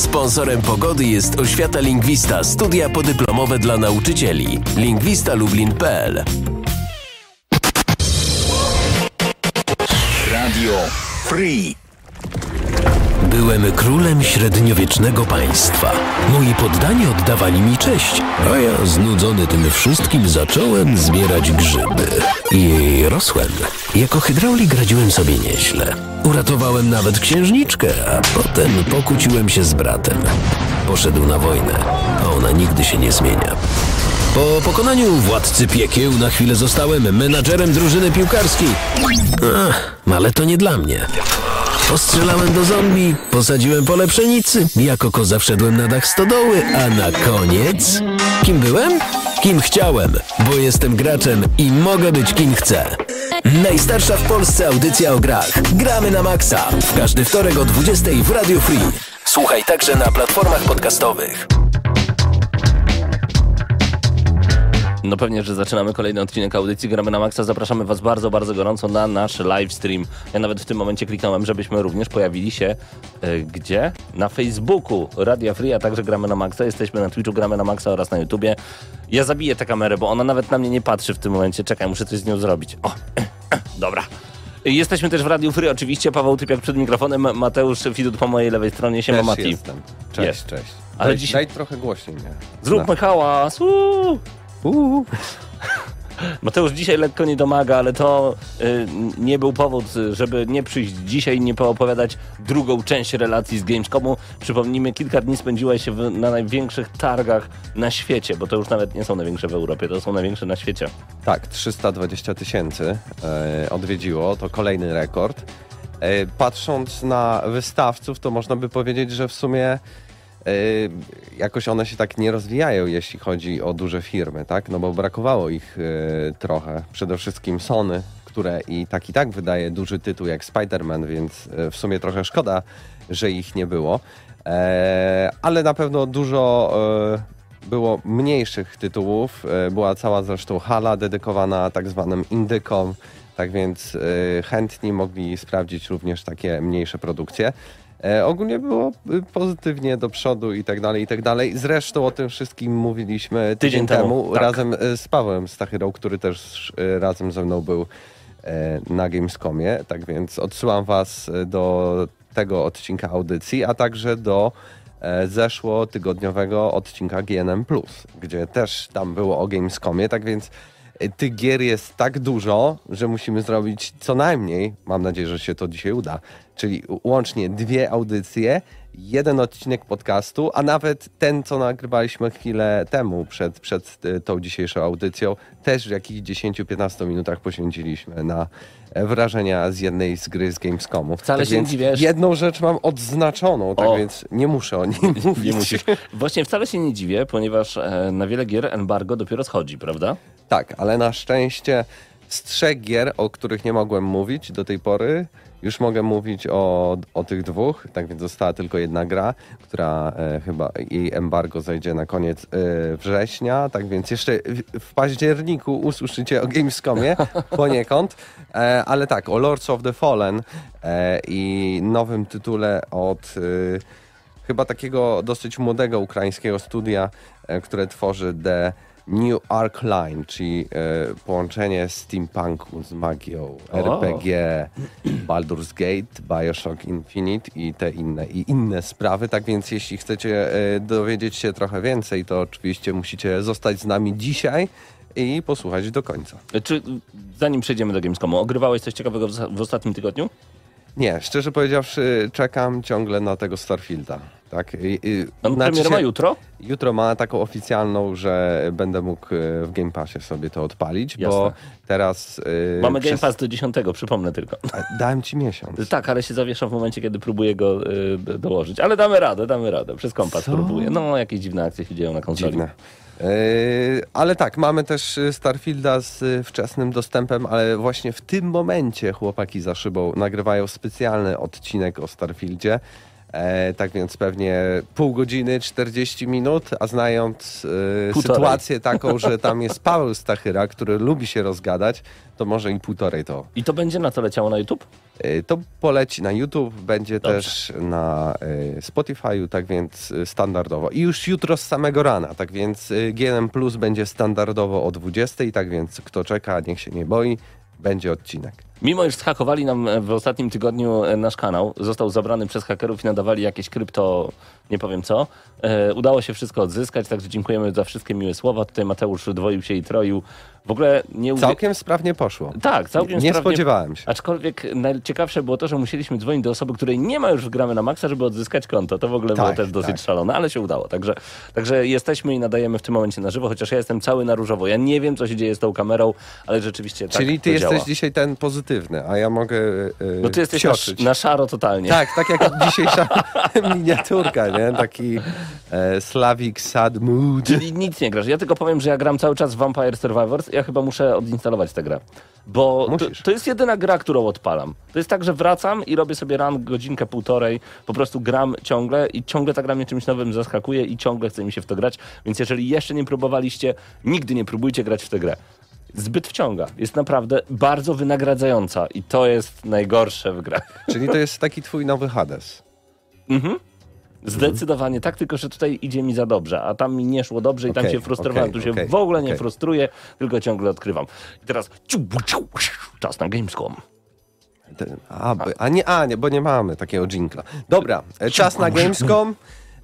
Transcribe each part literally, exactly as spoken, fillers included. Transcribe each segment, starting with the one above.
Sponsorem pogody jest Oświata Lingwista, studia podyplomowe dla nauczycieli. Lingwista Lublin kropka p l. Radio Free. Byłem królem średniowiecznego państwa. Moi poddani oddawali mi cześć, a ja znudzony tym wszystkim zacząłem zbierać grzyby. I rosłem. Jako hydraulik radziłem sobie nieźle. Uratowałem nawet księżniczkę, a potem pokłóciłem się z bratem. Poszedł na wojnę, a ona nigdy się nie zmienia. Po pokonaniu władcy piekieł na chwilę zostałem menadżerem drużyny piłkarskiej. Ach, ale to nie dla mnie. Postrzelałem do zombie, posadziłem pole pszenicy, jako koza wszedłem na dach stodoły, a na koniec... Kim byłem? Kim chciałem, bo jestem graczem i mogę być kim chcę. Najstarsza w Polsce audycja o grach. Gramy na maksa. W każdy wtorek o dwudziestej w Radio Free. Słuchaj także na platformach podcastowych. No pewnie, że zaczynamy kolejny odcinek audycji Gramy na Maxa. Zapraszamy Was bardzo, bardzo gorąco na nasz live stream. Ja nawet w tym momencie kliknąłem, żebyśmy również pojawili się e, gdzie? Na Facebooku Radia Free, a także Gramy na Maxa. Jesteśmy na Twitchu Gramy na Maxa oraz na YouTubie. Ja zabiję tę kamerę, bo ona nawet na mnie nie patrzy w tym momencie. Czekaj, muszę coś z nią zrobić. O, dobra. Jesteśmy też w Radiu Free oczywiście. Paweł Typiak przed mikrofonem, Mateusz Widut po mojej lewej stronie. Siema, Mati. Jestem. Cześć, Jest. cześć. Ale daj, dziś... daj trochę głośniej, nie? Zróbmy No. hałas. Uuu. Uuu. Mateusz dzisiaj lekko nie domaga, ale to y, nie był powód, żeby nie przyjść dzisiaj i nie poopowiadać drugą część relacji z Gamescomu. Przypomnijmy, kilka dni spędziłeś się w, na największych targach na świecie, bo to już nawet nie są największe w Europie, to są największe na świecie. Tak, trzysta dwadzieścia tysięcy e, odwiedziło, to kolejny rekord. E, patrząc na wystawców, to można by powiedzieć, że w sumie Yy, jakoś one się tak nie rozwijają, jeśli chodzi o duże firmy, tak? No bo brakowało ich yy, trochę. Przede wszystkim Sony, które i tak i tak wydaje duży tytuł jak Spider-Man, więc yy, w sumie trochę szkoda, że ich nie było. Yy, ale na pewno dużo yy, było mniejszych tytułów. Yy, była cała zresztą hala dedykowana tak zwanym indykom, tak więc yy, chętni mogli sprawdzić również takie mniejsze produkcje. E, ogólnie było pozytywnie do przodu i tak dalej, i tak dalej. Zresztą o tym wszystkim mówiliśmy tydzień, tydzień temu, temu tak. razem z Pawłem Stachyrą, który też e, razem ze mną był e, na Gamescomie. Tak więc odsyłam Was do tego odcinka audycji, a także do e, zeszłotygodniowego odcinka G N M plus, gdzie też tam było o Gamescomie. Tak więc e, tych gier jest tak dużo, że musimy zrobić co najmniej, mam nadzieję, że się to dzisiaj uda, czyli łącznie dwie audycje, jeden odcinek podcastu, a nawet ten, co nagrywaliśmy chwilę temu przed, przed tą dzisiejszą audycją, też w jakichś dziesięć do piętnastu minutach poświęciliśmy na wrażenia z jednej z gry z Gamescomu. Wcale tak się więc nie dziwisz. Jedną rzecz mam odznaczoną, tak o. więc nie muszę o niej mówić. Nie musisz. Właśnie wcale się nie dziwię, ponieważ e, na wiele gier embargo dopiero schodzi, prawda? Tak, ale na szczęście z trzech gier, o których nie mogłem mówić do tej pory, już mogę mówić o, o tych dwóch, tak więc została tylko jedna gra, która e, chyba jej embargo zajdzie na koniec e, września, tak więc jeszcze w, w październiku usłyszycie o Gamescomie poniekąd, e, ale tak, o Lords of the Fallen e, i nowym tytule od e, chyba takiego dosyć młodego ukraińskiego studia, e, które tworzy The New Arc Line, czyli e, połączenie steampunku z magią, o. R P G, Baldur's Gate, Bioshock Infinite i te inne, i inne sprawy. Tak więc jeśli chcecie e, dowiedzieć się trochę więcej, to oczywiście musicie zostać z nami dzisiaj i posłuchać do końca. Czy zanim przejdziemy do Gamescomu, ogrywałeś coś ciekawego w, w ostatnim tygodniu? Nie, szczerze powiedziawszy, czekam ciągle na tego Starfielda. Tak? I, i, On znaczy premierę się, ma jutro? Jutro ma taką oficjalną, że będę mógł w Game Passie sobie to odpalić, Jasne. bo teraz... Yy, Mamy przez... Game Pass do dziesiątego, przypomnę tylko. A, dałem ci miesiąc. Tak, ale się zawiesza w momencie, kiedy próbuję go y, dołożyć. Ale damy radę, damy radę. Przez kompas Co? próbuję. No, jakieś dziwne akcje się dzieją na konsoli. Dziwne. Yy, ale tak, mamy też Starfielda z wczesnym dostępem, ale właśnie w tym momencie chłopaki za szybą nagrywają specjalny odcinek o Starfieldzie. E, tak więc pewnie pół godziny, czterdzieści minut, a znając e, Półtorej. sytuację taką, że tam jest Paweł Stachyra, który lubi się rozgadać, to może i półtorej to. I to będzie na to leciało na YouTube? E, to poleci na YouTube, będzie Dobrze. też na e, Spotify'u, tak więc e, standardowo. I już jutro z samego rana, tak więc e, G N M Plus będzie standardowo o dwudziestej, tak więc kto czeka, niech się nie boi, będzie odcinek. Mimo iż zhakowali nam w ostatnim tygodniu nasz kanał, został zabrany przez hakerów i nadawali jakieś krypto, nie powiem co, e, udało się wszystko odzyskać, także dziękujemy za wszystkie miłe słowa. Tutaj Mateusz dwoił się i troił. W ogóle nie... Uwie... Całkiem sprawnie poszło. Tak, całkiem Nie sprawnie. spodziewałem się. Aczkolwiek najciekawsze było to, że musieliśmy dzwonić do osoby, której nie ma już w Gramy na Maxa, żeby odzyskać konto. To w ogóle Tak, było też dosyć tak. szalone, ale się udało. Także, także jesteśmy i nadajemy w tym momencie na żywo, chociaż ja jestem cały na różowo. Ja nie wiem, co się dzieje z tą kamerą, ale rzeczywiście tak Czyli ty to jesteś działa. dzisiaj ten pozytywny, a ja mogę yy, No ty jesteś na, psioczyć. na szaro totalnie. Tak, tak jak dzisiejsza miniaturka, nie? Taki e, Slavic sad mood. Czyli nic nie grasz. Ja tylko powiem, że ja gram cały czas w Vampire Survivors. Ja chyba muszę odinstalować tę grę. Bo to, Musisz. to jest jedyna gra, którą odpalam. To jest tak, że wracam i robię sobie run godzinkę, półtorej. Po prostu gram ciągle i ciągle ta gra mnie czymś nowym zaskakuje i ciągle chce mi się w to grać. Więc jeżeli jeszcze nie próbowaliście, nigdy nie próbujcie grać w tę grę. Zbyt wciąga. Jest naprawdę bardzo wynagradzająca i to jest najgorsze w grach. Czyli to jest taki twój nowy Hades. Mhm. Zdecydowanie tak, tylko że tutaj idzie mi za dobrze, a tam mi nie szło dobrze i tam Okej, się frustrowałem. okej, tu się okej, w ogóle nie okej. frustruję, tylko ciągle odkrywam. I teraz ciu, ciu, czas na Gamescom. Te- A, by- a nie, a nie, bo nie mamy takiego dżinkla. Dobra, e, czas na Gamescom.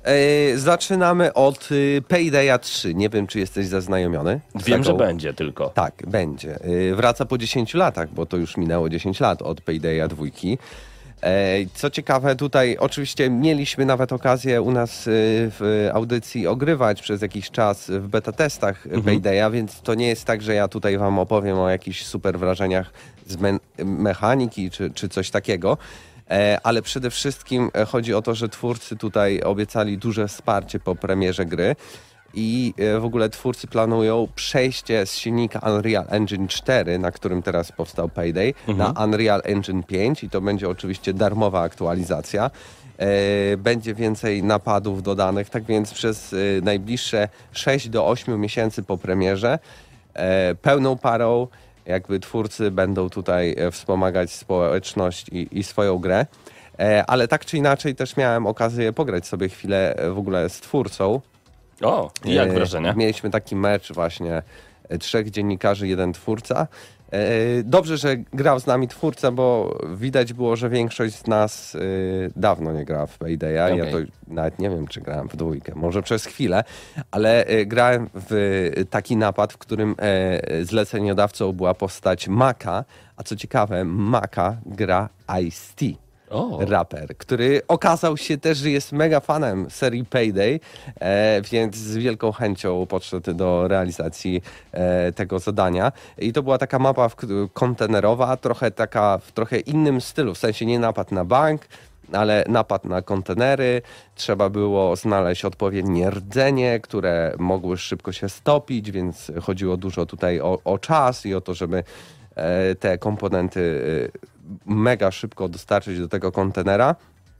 E, zaczynamy od y, Paydaya trzy. Nie wiem, czy jesteś zaznajomiony. z Wiem, że taką- będzie tylko. Tak, będzie. Y, Wraca po dziesięciu latach, bo to już minęło dziesięć lat od Paydaya dwójki. E, Co ciekawe, tutaj oczywiście mieliśmy nawet okazję u nas y, w audycji ogrywać przez jakiś czas w beta testach Mhm. Paydaya, więc to nie jest tak, że ja tutaj wam opowiem o jakichś super wrażeniach z me- mechaniki czy, czy coś takiego. E, Ale przede wszystkim e, chodzi o to, że twórcy tutaj obiecali duże wsparcie po premierze gry i e, w ogóle twórcy planują przejście z silnika Unreal Engine cztery, na którym teraz powstał Payday, na Unreal Engine pięć i to będzie oczywiście darmowa aktualizacja. E, Będzie więcej napadów dodanych, tak więc przez e, najbliższe sześć do ośmiu miesięcy po premierze e, pełną parą jakby twórcy będą tutaj e, wspomagać społeczność i, i swoją grę. E, ale tak czy inaczej też miałem okazję pograć sobie chwilę e, w ogóle z twórcą. O, i jak E, wrażenia? Mieliśmy taki mecz właśnie e, trzech dziennikarzy, jeden twórca. E, Dobrze, że grał z nami twórca, bo widać było, że większość z nas e, dawno nie grała w Paydaya. Ja Okej. to nawet nie wiem, czy grałem w dwójkę, może przez chwilę, ale e, grałem w taki napad, w którym e, zleceniodawcą była postać Maka, a co ciekawe, Maka gra Ice-T. O, Raper, który okazał się też, że jest mega fanem serii Payday, e, więc z wielką chęcią podszedł do realizacji e, tego zadania. I to była taka mapa w, kontenerowa, trochę taka w trochę innym stylu, w sensie nie napad na bank, ale napad na kontenery. Trzeba było znaleźć odpowiednie rdzenie, które mogły szybko się stopić, więc chodziło dużo tutaj o, o czas i o to, żeby e, te komponenty e, mega szybko dostarczyć do tego kontenera.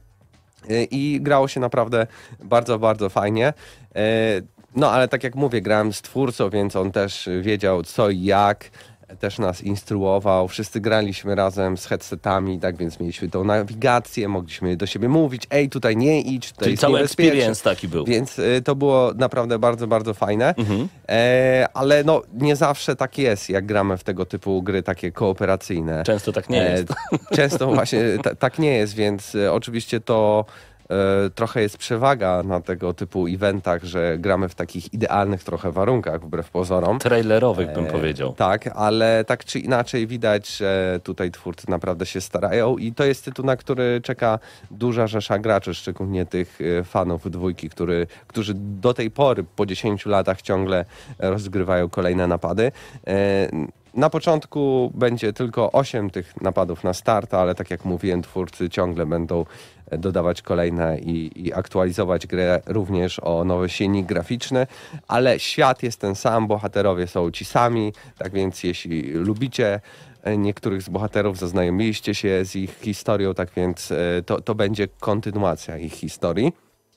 E, I grało się naprawdę bardzo, bardzo fajnie. E, no ale tak jak mówię, grałem z twórcą, więc on też wiedział co i jak. Też nas instruował, wszyscy graliśmy razem z headsetami, tak więc mieliśmy tą nawigację, mogliśmy do siebie mówić, ej, tutaj nie idź, tutaj czyli jest cały niebezpiecznie. experience taki był. Więc y, to było naprawdę bardzo, bardzo fajne, Mhm. e, ale no nie zawsze tak jest, jak gramy w tego typu gry takie kooperacyjne. Często tak nie E, jest. Często właśnie ta, tak nie jest, więc e, oczywiście to e, trochę jest przewaga na tego typu eventach, że gramy w takich idealnych trochę warunkach, wbrew pozorom. Trailerowych bym E, powiedział. Tak, ale tak czy inaczej widać, że tutaj twórcy naprawdę się starają i to jest tytuł, na który czeka duża rzesza graczy, szczególnie tych e, fanów dwójki, który, którzy do tej pory po dziesięciu latach ciągle rozgrywają kolejne napady. E, Na początku będzie tylko osiem tych napadów na start, ale tak jak mówiłem, twórcy ciągle będą dodawać kolejne i, i aktualizować grę również o nowy silnik graficzny, ale świat jest ten sam, bohaterowie są ci sami, tak więc jeśli lubicie niektórych z bohaterów, zaznajomiliście się z ich historią, tak więc e, to, to będzie kontynuacja ich historii.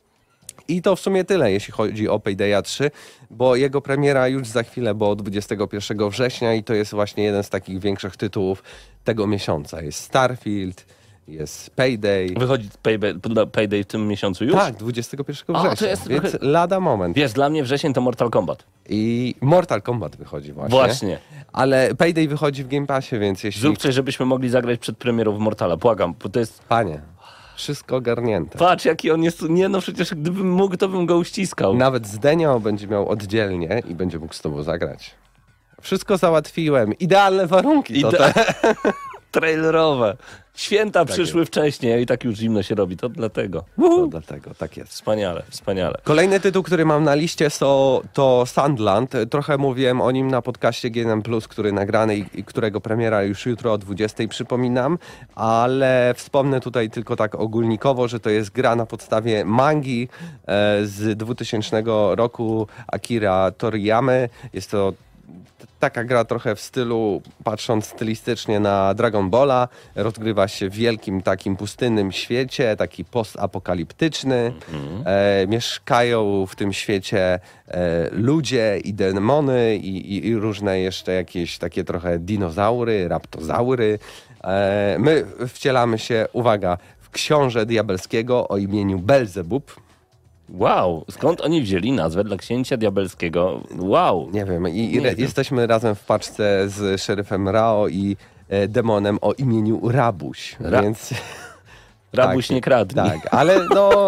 I to w sumie tyle, jeśli chodzi o Paydaya trzy, bo jego premiera już za chwilę, bo dwudziestego pierwszego września i to jest właśnie jeden z takich większych tytułów tego miesiąca. Jest Starfield, jest Payday. Wychodzi Payday, Payday w tym miesiącu już? Tak, dwudziestego pierwszego A, to września, jest więc trochę- lada moment. Wiesz, dla mnie wrzesień to Mortal Kombat. I Mortal Kombat wychodzi właśnie. Właśnie. Ale Payday wychodzi w Game Passie, więc jeśli... Zrób coś, żebyśmy mogli zagrać przed premierą w Mortala. Błagam, bo to jest... Panie, wszystko ogarnięte. Patrz, jaki on jest... Nie no, przecież gdybym mógł, to bym go uściskał. Nawet Zdenio będzie miał oddzielnie i będzie mógł z tobą zagrać. Wszystko załatwiłem. Idealne warunki. To Ide- te... Trailerowe. Święta Tak przyszły wcześniej, a i tak już zimno się robi. To dlatego. To dlatego, tak jest. Wspaniale, wspaniale. Kolejny tytuł, który mam na liście to, to Sandland. Trochę mówiłem o nim na podcaście G N M plus, który nagrany i, i którego premiera już jutro o dwudziestej, przypominam, ale wspomnę tutaj tylko tak ogólnikowo, że to jest gra na podstawie mangi e, z dwutysięcznego roku Akira Toriyamy. Jest to taka gra trochę w stylu, patrząc stylistycznie na Dragon Balla, rozgrywa się w wielkim takim pustynnym świecie, taki postapokaliptyczny. Mhm. E, mieszkają w tym świecie e, ludzie i demony i, i, i różne jeszcze jakieś takie trochę dinozaury, raptozaury. E, my wcielamy się, uwaga, w książę diabelskiego o imieniu Belzebub. Wow, skąd oni wzięli nazwę dla księcia diabelskiego? Wow. Nie wiem, i, i Nie re, wiem. jesteśmy razem w paczce z szeryfem Rao i e, demonem o imieniu Rabuś, Ra- więc... Rabuś tak, nie kradnij. Tak, ale no...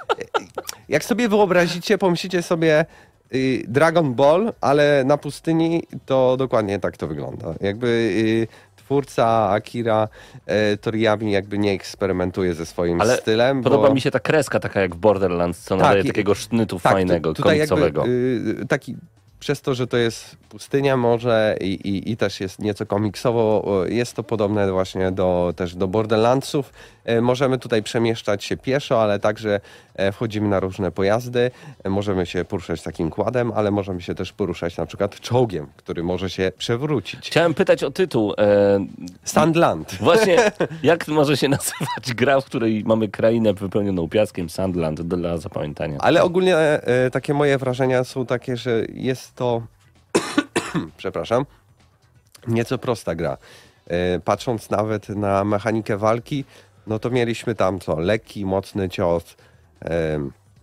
Jak sobie wyobrazicie, pomyślicie sobie y, Dragon Ball, ale na pustyni, to dokładnie tak to wygląda. Jakby y, twórca Akira y, Toriyami jakby nie eksperymentuje ze swoim Ale stylem. Podoba bo... mi się ta kreska taka jak w Borderlands, co Tak, nadaje i- takiego sznytu Tak, fajnego, tu- tutaj komiksowego. Jakby, y, taki, przez to, że to jest pustynia może i, i, i też jest nieco komiksowo, y, jest to podobne właśnie do, też do Borderlandsów. Y, możemy tutaj przemieszczać się pieszo, ale także e, wchodzimy na różne pojazdy. E, możemy się poruszać takim kładem, ale możemy się też poruszać na przykład czołgiem, który może się przewrócić. Chciałem pytać o tytuł. E, Sandland. właśnie, jak może się nazywać gra, w której mamy krainę wypełnioną piaskiem, Sandland, dla zapamiętania. Ale ogólnie e, takie moje wrażenia są takie, że jest to, przepraszam, nieco prosta gra. E, patrząc nawet na mechanikę walki, no to mieliśmy tam co, lekki, mocny cios, e,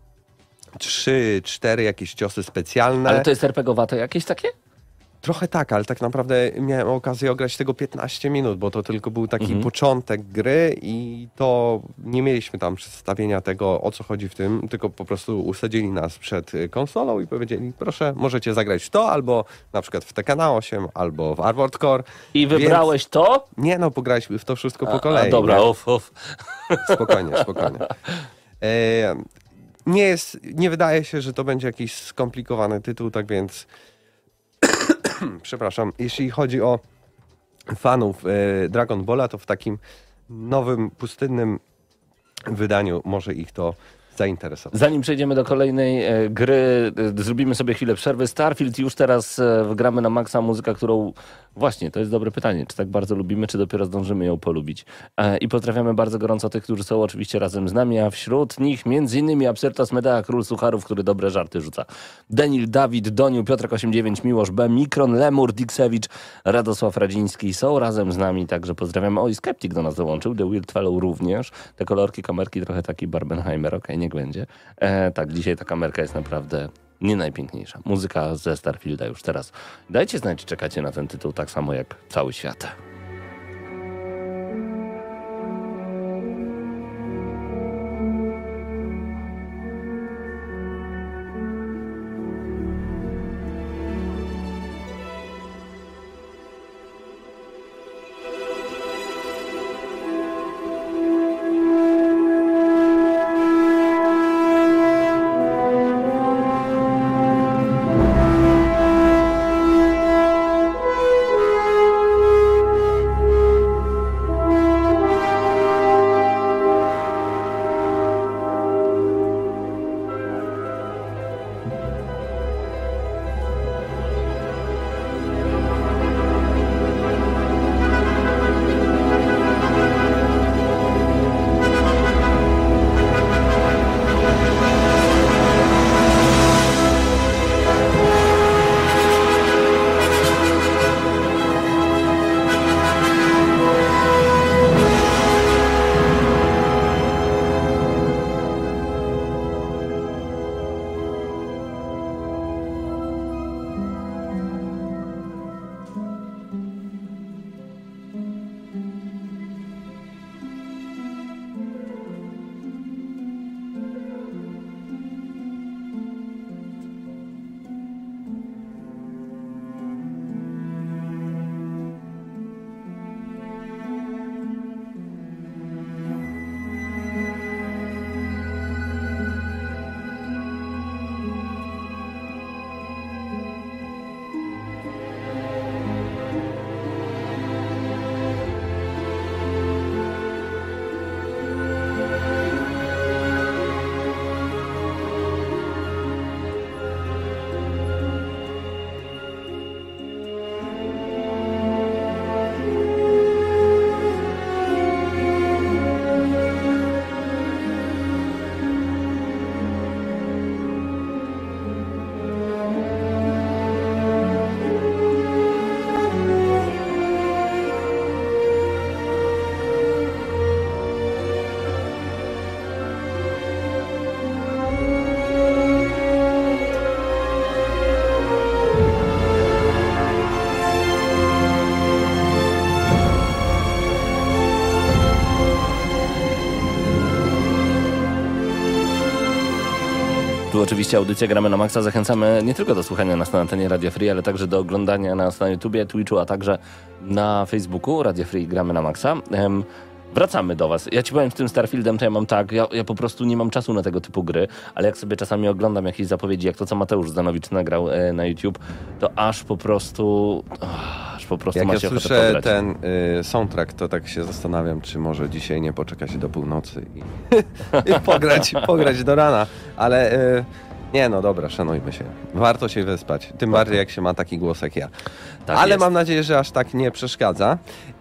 trzy, cztery jakieś ciosy specjalne. Ale to jest RPGowate jakieś takie? Trochę tak, ale tak naprawdę miałem okazję ograć tego piętnaście minut, bo to tylko był taki Mhm. początek gry i to nie mieliśmy tam przedstawienia tego, o co chodzi w tym, tylko po prostu usadzili nas przed y, konsolą i powiedzieli, proszę, możecie zagrać w to, albo na przykład w Tekken osiem, albo w Armored Core. I wybrałeś to? Nie no, pograliśmy w to wszystko A, po kolei. a, dobra, nie? uf, uf. Spokojnie, spokojnie. E, nie jest, nie wydaje się, że to będzie jakiś skomplikowany tytuł, tak więc przepraszam, jeśli chodzi o fanów e, Dragon Balla, to w takim nowym, pustynnym wydaniu może ich to zainteresować. Zanim przejdziemy do kolejnej e, gry, e, zrobimy sobie chwilę przerwy. Starfield już teraz e, gramy na maksa, muzyka, którą właśnie, to jest dobre pytanie, czy tak bardzo lubimy, czy dopiero zdążymy ją polubić. E, I pozdrawiamy bardzo gorąco tych, którzy są oczywiście razem z nami, a wśród nich między innymi Absyrtos Medea, król sucharów, który dobre żarty rzuca. Denil, Dawid, Doniu, Piotrek osiemdziesiąt dziewięć, Miłosz B, Mikron, Lemur, Diksewicz, Radosław Radziński są razem z nami, także pozdrawiamy. O, i Skeptik do nas dołączył, The Weird Fellow również. Te kolorki, kamerki, trochę taki Barbenheimer, okej, niech będzie. E, tak, dzisiaj ta kamerka jest naprawdę nie najpiękniejsza. Muzyka ze Starfielda już teraz. Dajcie znać, czy czekacie na ten tytuł tak samo jak cały świat. Tu oczywiście audycja Gramy na Maxa. Zachęcamy nie tylko do słuchania nas na antenie Radio Free, ale także do oglądania nas na YouTubie, Twitchu, a także na Facebooku Radio Free Gramy na Maxa. Um, Wracamy do was. Ja ci powiem, z tym Starfieldem to ja mam tak, ja, ja po prostu nie mam czasu na tego typu gry, ale jak sobie czasami oglądam jakieś zapowiedzi, jak to, co Mateusz Zdanowicz nagrał e, na YouTube, to aż po prostu oh, aż po prostu jak ma ja się ochotę słyszę pograć. ten y, soundtrack, to tak się zastanawiam, czy może dzisiaj nie poczekać do północy i, i pograć, pograć do rana, ale y, nie no dobra, szanujmy się. Warto się wyspać, tym bardziej jak się ma taki głos jak ja. Tak ale jest. mam nadzieję, że aż tak nie przeszkadza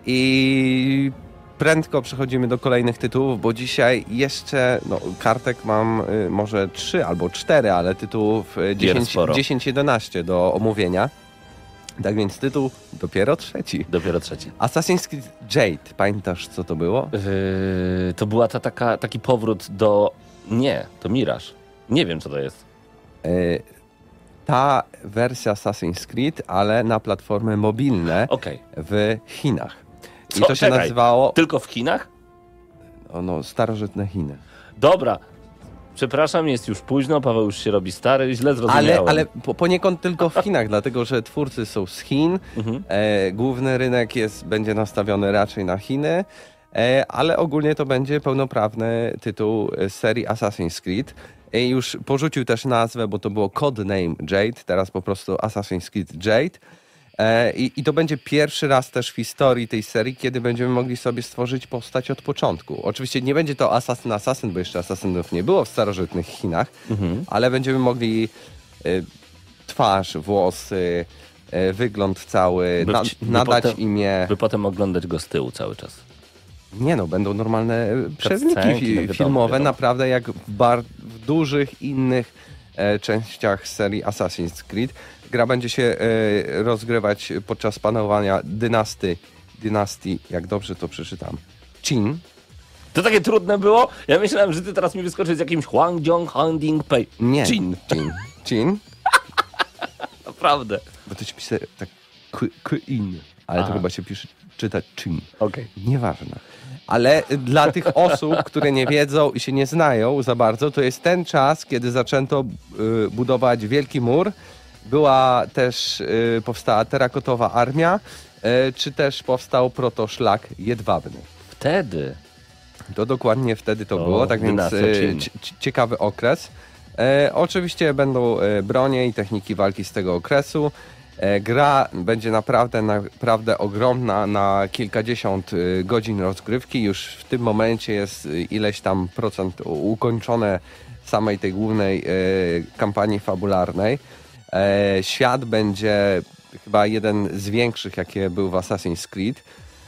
i prędko przechodzimy do kolejnych tytułów, bo dzisiaj jeszcze, no kartek mam y, może trzy albo cztery, ale tytułów y, dziesięć jedenaście do omówienia. Tak więc tytuł dopiero trzeci. Dopiero trzeci. Assassin's Creed Jade. Pamiętasz, co to było? Yy, to była ta, taka, taki powrót do... Nie, to Mirage. Nie wiem, co to jest. Y, ta wersja Assassin's Creed, ale na platformy mobilne Okej. w Chinach. I Co? to się Czekaj. nazywało... Tylko w Chinach? O, no, starożytne Chiny. Dobra. Przepraszam, jest już późno, Paweł już się robi stary, źle Ale, zrozumiałem. ale po, poniekąd tylko w Chinach, dlatego że twórcy są z Chin. Mhm. E, główny rynek jest, będzie nastawiony raczej na Chiny, e, ale ogólnie to będzie pełnoprawny tytuł serii Assassin's Creed. I już porzucił też nazwę, bo to było codename Jade, teraz po prostu Assassin's Creed Jade. E, i, I to będzie pierwszy raz też w historii tej serii, kiedy będziemy mogli sobie stworzyć postać od początku. Oczywiście nie będzie to Assassin Assassin, bo jeszcze Assassinów nie było w starożytnych Chinach, Mhm. ale będziemy mogli e, twarz, włosy, e, wygląd cały, By na, wci- by nadać potem- imię. By potem oglądać go z tyłu cały czas. Nie no, będą normalne e, przewniki Cutscenki, fi- no wiadomo, filmowe, wiadomo. naprawdę jak w, bar- w dużych innych e, częściach serii Assassin's Creed. Gra będzie się e, rozgrywać podczas panowania dynastii, dynastii, jak dobrze to przeczytam, Qin. To takie trudne było? Ja myślałem, że ty teraz mi wyskoczysz z jakimś Huangjiong Handing Pei. Nie, Qin. Qin. Qin, Naprawdę. bo to się pisze tak Qin, ale Aha. to chyba się pisze, czyta Qin. Okej. Nieważne. Ale dla tych osób, które nie wiedzą i się nie znają za bardzo, to jest ten czas, kiedy zaczęto y, budować Wielki Mur. Była też, y, powstała terakotowa armia, y, czy też powstał protoszlak jedwabny. Wtedy. To dokładnie wtedy to O, było, tak więc dynastia y, Qin. cie- ciekawy okres. E, oczywiście będą e, bronie i techniki walki z tego okresu. E, gra będzie naprawdę, naprawdę ogromna, na kilkadziesiąt e, godzin rozgrywki. Już w tym momencie jest e, ileś tam procent u- ukończone samej tej głównej e, kampanii fabularnej. E, świat będzie chyba jeden z większych, jakie był w Assassin's Creed.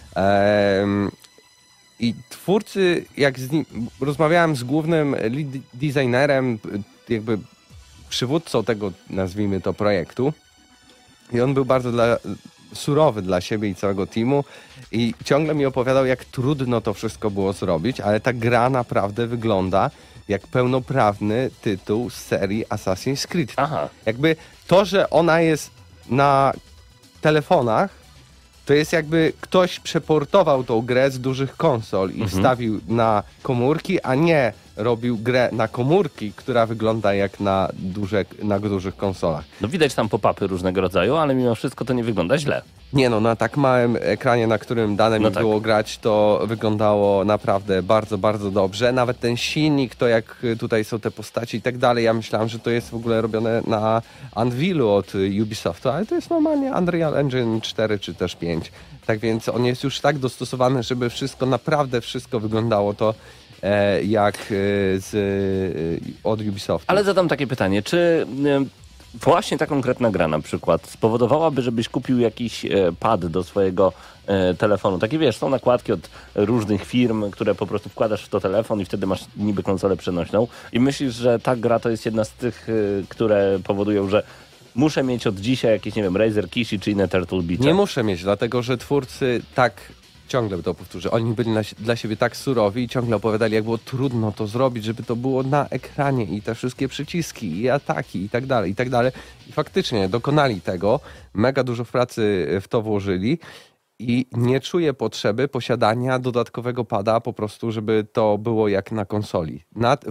Em, I twórcy, jak z nim, rozmawiałem z głównym lead designerem, jakby przywódcą tego, nazwijmy to, projektu. I on był bardzo dla, surowy dla siebie i całego teamu. I ciągle mi opowiadał, jak trudno to wszystko było zrobić, ale ta gra naprawdę wygląda jak pełnoprawny tytuł z serii Assassin's Creed. Aha. Jakby to, że ona jest na telefonach, to jest jakby ktoś przeportował tą grę z dużych konsol i wstawił na komórki, a nie robił grę na komórki, która wygląda jak na, duże, na dużych konsolach. No widać tam pop-upy różnego rodzaju, ale mimo wszystko to nie wygląda źle. Nie no, na tak małym ekranie, na którym dane No mi tak. było grać, to wyglądało naprawdę bardzo, bardzo dobrze. Nawet ten silnik, to jak tutaj są te postaci i tak dalej, ja myślałem, że to jest w ogóle robione na Unrealu od Ubisoftu, ale to jest normalnie Unreal Engine cztery czy też pięć. Tak więc on jest już tak dostosowany, żeby wszystko, naprawdę wszystko wyglądało to e, jak e, z, e, od Ubisoftu. Ale zadam takie pytanie, czy y, właśnie ta konkretna gra na przykład spowodowałaby, żebyś kupił jakiś e, pad do swojego e, telefonu? Takie wiesz, są nakładki od różnych firm, które po prostu wkładasz w to telefon i wtedy masz niby konsolę przenośną i myślisz, że ta gra to jest jedna z tych, y, które powodują, że muszę mieć od dzisiaj jakieś, nie wiem, Razer Kishi czy inne Turtle Beach. Nie muszę mieć, dlatego że twórcy tak, ciągle to powtórzę, oni byli na, dla siebie tak surowi i ciągle opowiadali, jak było trudno to zrobić, żeby to było na ekranie i te wszystkie przyciski i ataki i tak dalej, i tak dalej. I faktycznie dokonali tego, mega dużo pracy w to włożyli i nie czuję potrzeby posiadania dodatkowego pada po prostu, żeby to było jak na konsoli. Nad, w,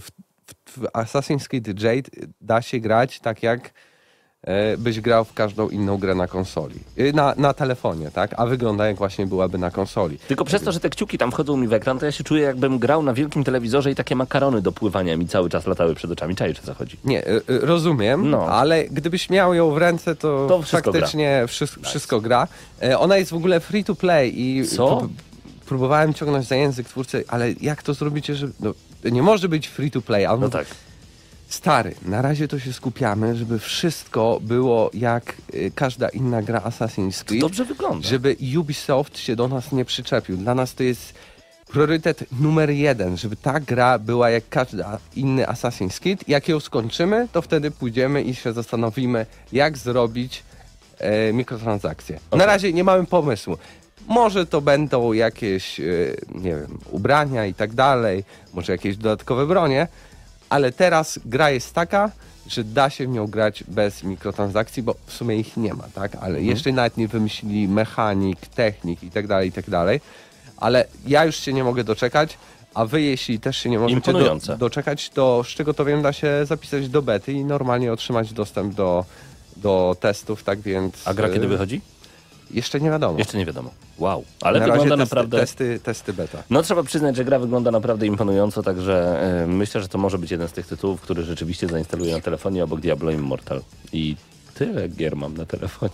w Assassin's Creed Jade da się grać tak jak e, byś grał w każdą inną grę na konsoli. E, na, na telefonie, tak? A wygląda jak właśnie byłaby na konsoli. Tylko przez to, że te kciuki tam wchodzą mi w ekran, to ja się czuję, jakbym grał na wielkim telewizorze i takie makarony do pływania mi cały czas latały przed oczami. Czaisz, o co chodzi? Nie, e, e, rozumiem, No. ale gdybyś miał ją w ręce, to, To wszystko faktycznie wszystko, nice. wszystko gra. E, ona jest w ogóle free to play i Co? p- próbowałem ciągnąć za język twórcy, ale jak to zrobicie, że no, nie może być free to play. A No tak. Stary, na razie to się skupiamy, żeby wszystko było jak y, każda inna gra Assassin's To Creed. dobrze wygląda. Żeby Ubisoft się do nas nie przyczepił. Dla nas to jest priorytet numer jeden, żeby ta gra była jak każdy inny Assassin's Creed. Jak ją skończymy, to wtedy pójdziemy i się zastanowimy, jak zrobić e, mikrotransakcje. Okay. Na razie nie mamy pomysłu. Może to będą jakieś, e, nie wiem, ubrania i tak dalej, może jakieś dodatkowe bronie, ale teraz gra jest taka, że da się w nią grać bez mikrotransakcji, bo w sumie ich nie ma, tak? Ale mhm. jeszcze nawet nie wymyślili mechanik, technik i tak dalej, i tak dalej. Ale ja już się nie mogę doczekać, a wy jeśli też się nie możecie do, doczekać, to z czego to wiem, da się zapisać do bety i normalnie otrzymać dostęp do, do testów, tak więc... A gra kiedy wychodzi? Jeszcze nie wiadomo. Jeszcze nie wiadomo. Wow. Ale na wygląda razie testy, naprawdę... Testy, testy beta. No trzeba przyznać, że gra wygląda naprawdę imponująco, także y, myślę, że to może być jeden z tych tytułów, który rzeczywiście zainstaluję na telefonie obok Diablo Immortal. I tyle gier mam na telefonie.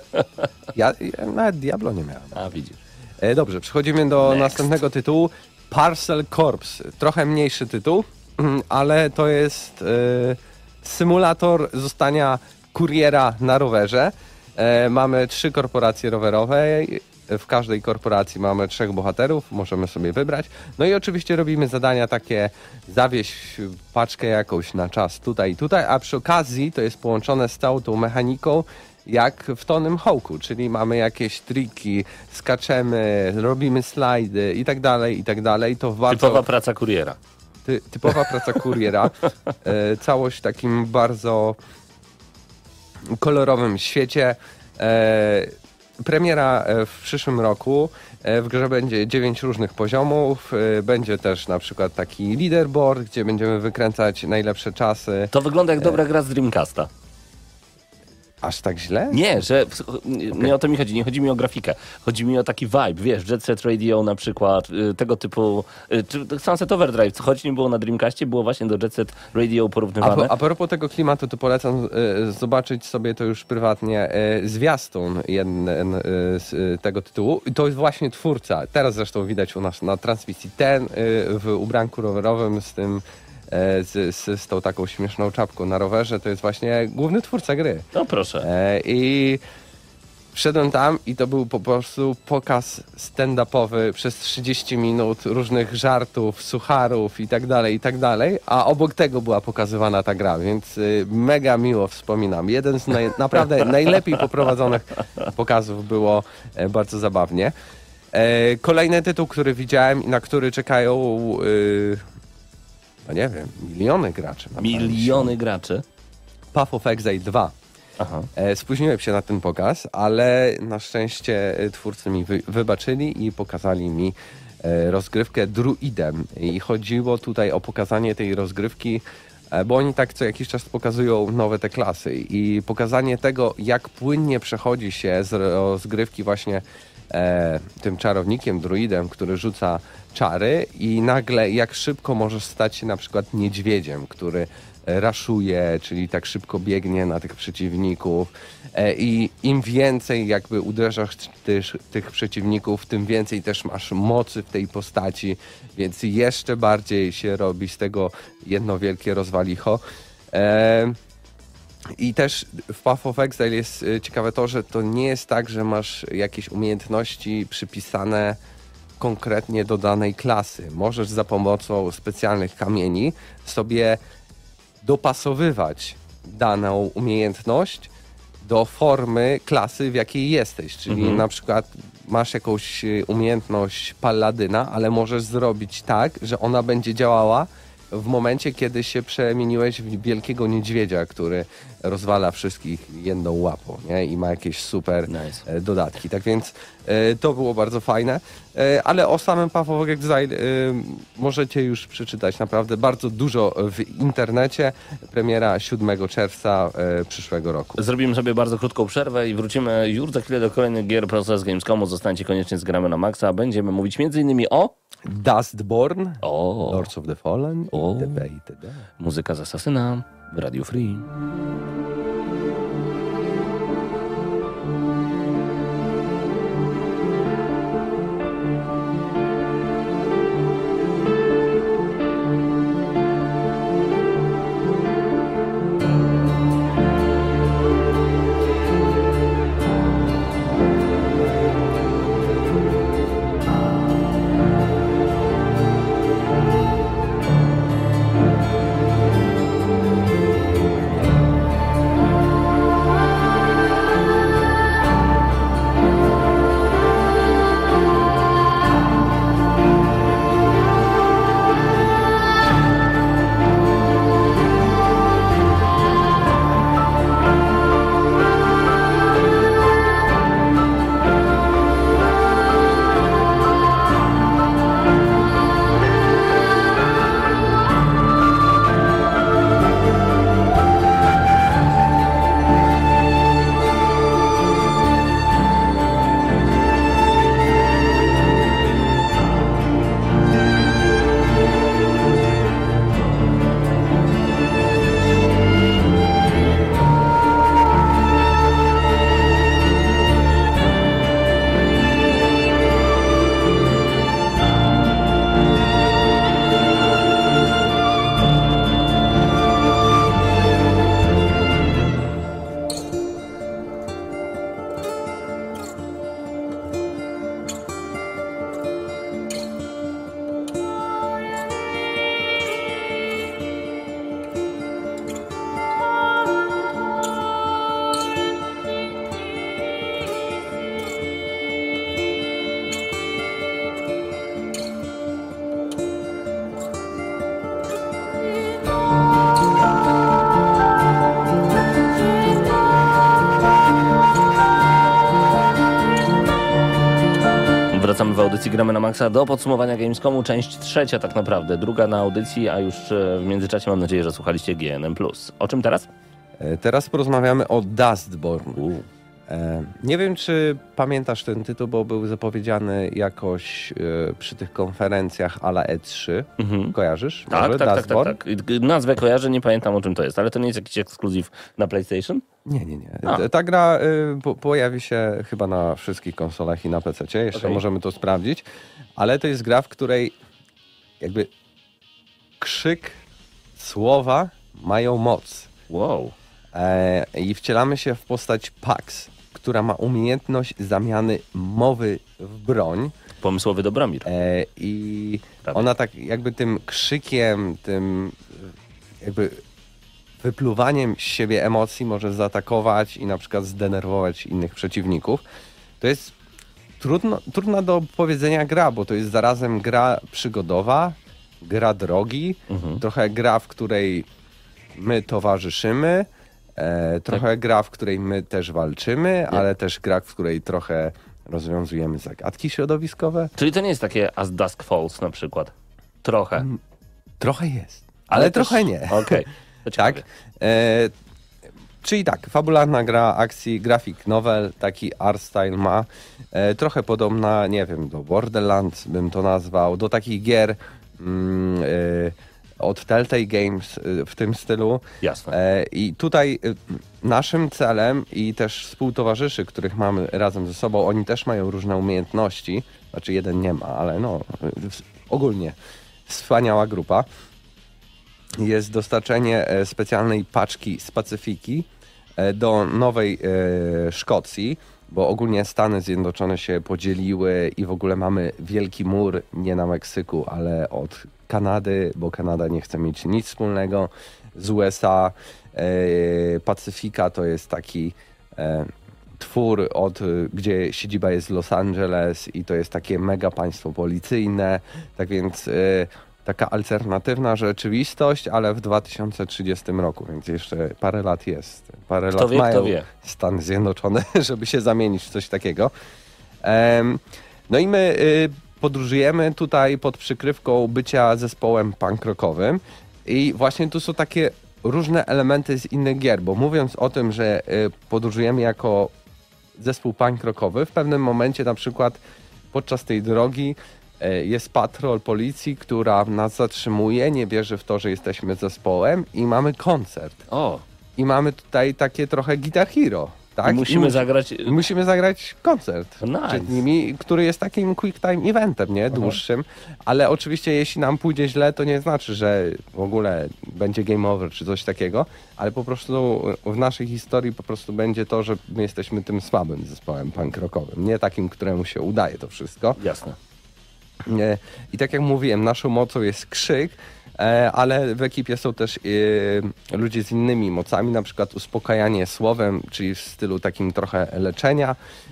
Ja, ja nawet Diablo nie miałem. A widzisz. E, dobrze, przechodzimy do Next. następnego tytułu. Parcel Corps. Trochę mniejszy tytuł, ale to jest e, symulator zostania kuriera na rowerze. E, mamy trzy korporacje rowerowe. W każdej korporacji mamy trzech bohaterów, możemy sobie wybrać. No i oczywiście robimy zadania takie, zawieź paczkę jakąś na czas tutaj i tutaj, a przy okazji to jest połączone z całą tą mechaniką jak w Tonym Hawku, czyli mamy jakieś triki, skaczemy, robimy slajdy i tak dalej, i tak dalej. To bardzo... Typowa praca kuriera. Ty, typowa praca kuriera. E, całość w takim bardzo kolorowym świecie. E, premiera w przyszłym roku. E, w grze będzie dziewięć różnych poziomów. E, będzie też na przykład taki leaderboard, gdzie będziemy wykręcać najlepsze czasy. To wygląda jak dobra gra z Dreamcasta. Aż tak źle? Nie, że nie okay. o to mi chodzi, nie chodzi mi o grafikę. Chodzi mi o taki vibe, wiesz, Jet Set Radio na przykład, y, tego typu, y, czy Sunset Overdrive, choć nie było na Dreamcastie, było właśnie do Jet Set Radio porównywane. A, po, a propos tego klimatu, to polecam y, zobaczyć sobie to już prywatnie y, zwiastun jeden y, z y, tego tytułu. I to jest właśnie twórca, teraz zresztą widać u nas na transmisji, ten y, w ubranku rowerowym z tym Z, z, z tą taką śmieszną czapką na rowerze, to jest właśnie główny twórca gry. No proszę. E, I wszedłem tam i to był po prostu pokaz stand-upowy przez trzydzieści minut różnych żartów, sucharów i tak dalej, i tak dalej, a obok tego była pokazywana ta gra, więc y, mega miło wspominam. Jeden z naj, naprawdę najlepiej poprowadzonych pokazów, było e, bardzo zabawnie. E, kolejny tytuł, który widziałem i na który czekają y, no nie wiem, miliony graczy. Miliony graczy? Path of Exile dwa. Aha. E, spóźniłem się na ten pokaz, ale na szczęście twórcy mi wy, wybaczyli i pokazali mi e, rozgrywkę druidem. I chodziło tutaj o pokazanie tej rozgrywki, e, bo oni tak co jakiś czas pokazują nowe te klasy i pokazanie tego, jak płynnie przechodzi się z rozgrywki właśnie E, tym czarownikiem, druidem, który rzuca czary i nagle jak szybko możesz stać się na przykład niedźwiedziem, który raszuje, czyli tak szybko biegnie na tych przeciwników e, i im więcej jakby uderzasz tych, tych przeciwników, tym więcej też masz mocy w tej postaci, więc jeszcze bardziej się robi z tego jedno wielkie rozwalicho. E, I też w Path of Exile jest ciekawe to, że to nie jest tak, że masz jakieś umiejętności przypisane konkretnie do danej klasy. Możesz za pomocą specjalnych kamieni sobie dopasowywać daną umiejętność do formy klasy, w jakiej jesteś. Czyli mhm. na przykład masz jakąś umiejętność paladyna, ale możesz zrobić tak, że ona będzie działała w momencie, kiedy się przemieniłeś w wielkiego niedźwiedzia, który rozwala wszystkich jedną łapą, nie? I ma jakieś super Nice. e, dodatki. Tak więc e, to było bardzo fajne. E, ale o samym Path of Exile e, możecie już przeczytać naprawdę bardzo dużo w internecie. Premiera siódmego czerwca e, przyszłego roku. Zrobimy sobie bardzo krótką przerwę i wrócimy już za chwilę do kolejnych gier prosto z Gamescomu. Zostańcie koniecznie z Gramy na Maxa. Będziemy mówić między innymi o... Dustborn, O, Lords of the Fallen O. i itd. itd. muzyka z Asasyna w Radio Free. Wracamy w audycji Gramy na Maxa do podsumowania Gamescomu, część trzecia tak naprawdę, druga na audycji, a już w międzyczasie mam nadzieję, że słuchaliście G N M plus. O czym teraz? E, Teraz porozmawiamy o Dustborn. U. E, Nie wiem, czy pamiętasz ten tytuł, bo był zapowiedziany jakoś e, przy tych konferencjach a la E trzy. Mhm. Kojarzysz? Tak, Może tak, tak, tak, Dustborn? tak. Nazwę kojarzę, nie pamiętam o czym to jest, ale to nie jest jakiś ekskluzyw na PlayStation? Nie, nie, nie. A. Ta- Ta gra y, po, pojawi się chyba na wszystkich konsolach i na pececie. Jeszcze Okej. możemy to sprawdzić. Ale to jest gra, w której jakby krzyk, słowa mają moc. Wow. E, I wcielamy się w postać Pax, która ma umiejętność zamiany mowy w broń. Pomysłowy Dobromir. E, I Prawie. ona tak jakby tym krzykiem, tym jakby wypluwaniem z siebie emocji może zaatakować i na przykład zdenerwować innych przeciwników. To jest trudno, trudna do powiedzenia gra, bo to jest zarazem gra przygodowa, gra drogi, Mhm. trochę gra, w której my towarzyszymy, e, trochę gra, w której my też walczymy, ale też gra, w której trochę rozwiązujemy zagadki środowiskowe. Czyli to nie jest takie As Dusk Falls na przykład? Trochę. Trochę jest, ale, też- trochę nie. Okej. To Tak. ciekawe. E, czyli tak, fabularna gra akcji, graphic novel, taki art style ma. E, trochę podobna, nie wiem, do Borderlands bym to nazwał, do takich gier mm, e, od Telltale Games e, w tym stylu. Jasne. E, I tutaj e, naszym celem i też współtowarzyszy, których mamy razem ze sobą, oni też mają różne umiejętności. Znaczy jeden nie ma, ale no e, w- ogólnie wspaniała grupa. Jest dostarczenie e, specjalnej paczki z Pacyfiki e, do Nowej e, Szkocji, bo ogólnie Stany Zjednoczone się podzieliły i w ogóle mamy wielki mur, nie na Meksyku, ale od Kanady, bo Kanada nie chce mieć nic wspólnego z U S A. E, Pacyfika to jest taki e, twór, od, gdzie siedziba jest Los Angeles i to jest takie mega państwo policyjne, tak więc e, taka alternatywna rzeczywistość, ale w dwa tysiące trzydziestym roku, więc jeszcze parę lat jest. Parę Kto lat wie, kto mają wie. Stany Zjednoczone, żeby się zamienić w coś takiego. Em, no i my y, podróżujemy tutaj pod przykrywką bycia zespołem punk rockowym i właśnie tu są takie różne elementy z innych gier, bo mówiąc o tym, że y, podróżujemy jako zespół punk rockowy, w pewnym momencie na przykład podczas tej drogi y, jest patrol policji, która nas zatrzymuje, nie wierzy w to, że jesteśmy zespołem i mamy koncert. O, I mamy tutaj takie trochę Guitar Hero. Tak? i musimy I zagrać... i musimy zagrać koncert Nice. przed nimi, który jest takim quick time eventem, nie? Dłuższym. Ale oczywiście jeśli nam pójdzie źle, to nie znaczy, że w ogóle będzie game over czy coś takiego, ale po prostu w naszej historii po prostu będzie to, że my jesteśmy tym słabym zespołem punk rockowym, nie takim, któremu się udaje to wszystko. Jasne. E, I tak jak mówiłem, naszą mocą jest krzyk, e, ale w ekipie są też e, ludzie z innymi mocami, na przykład uspokajanie słowem, czyli w stylu takim trochę leczenia,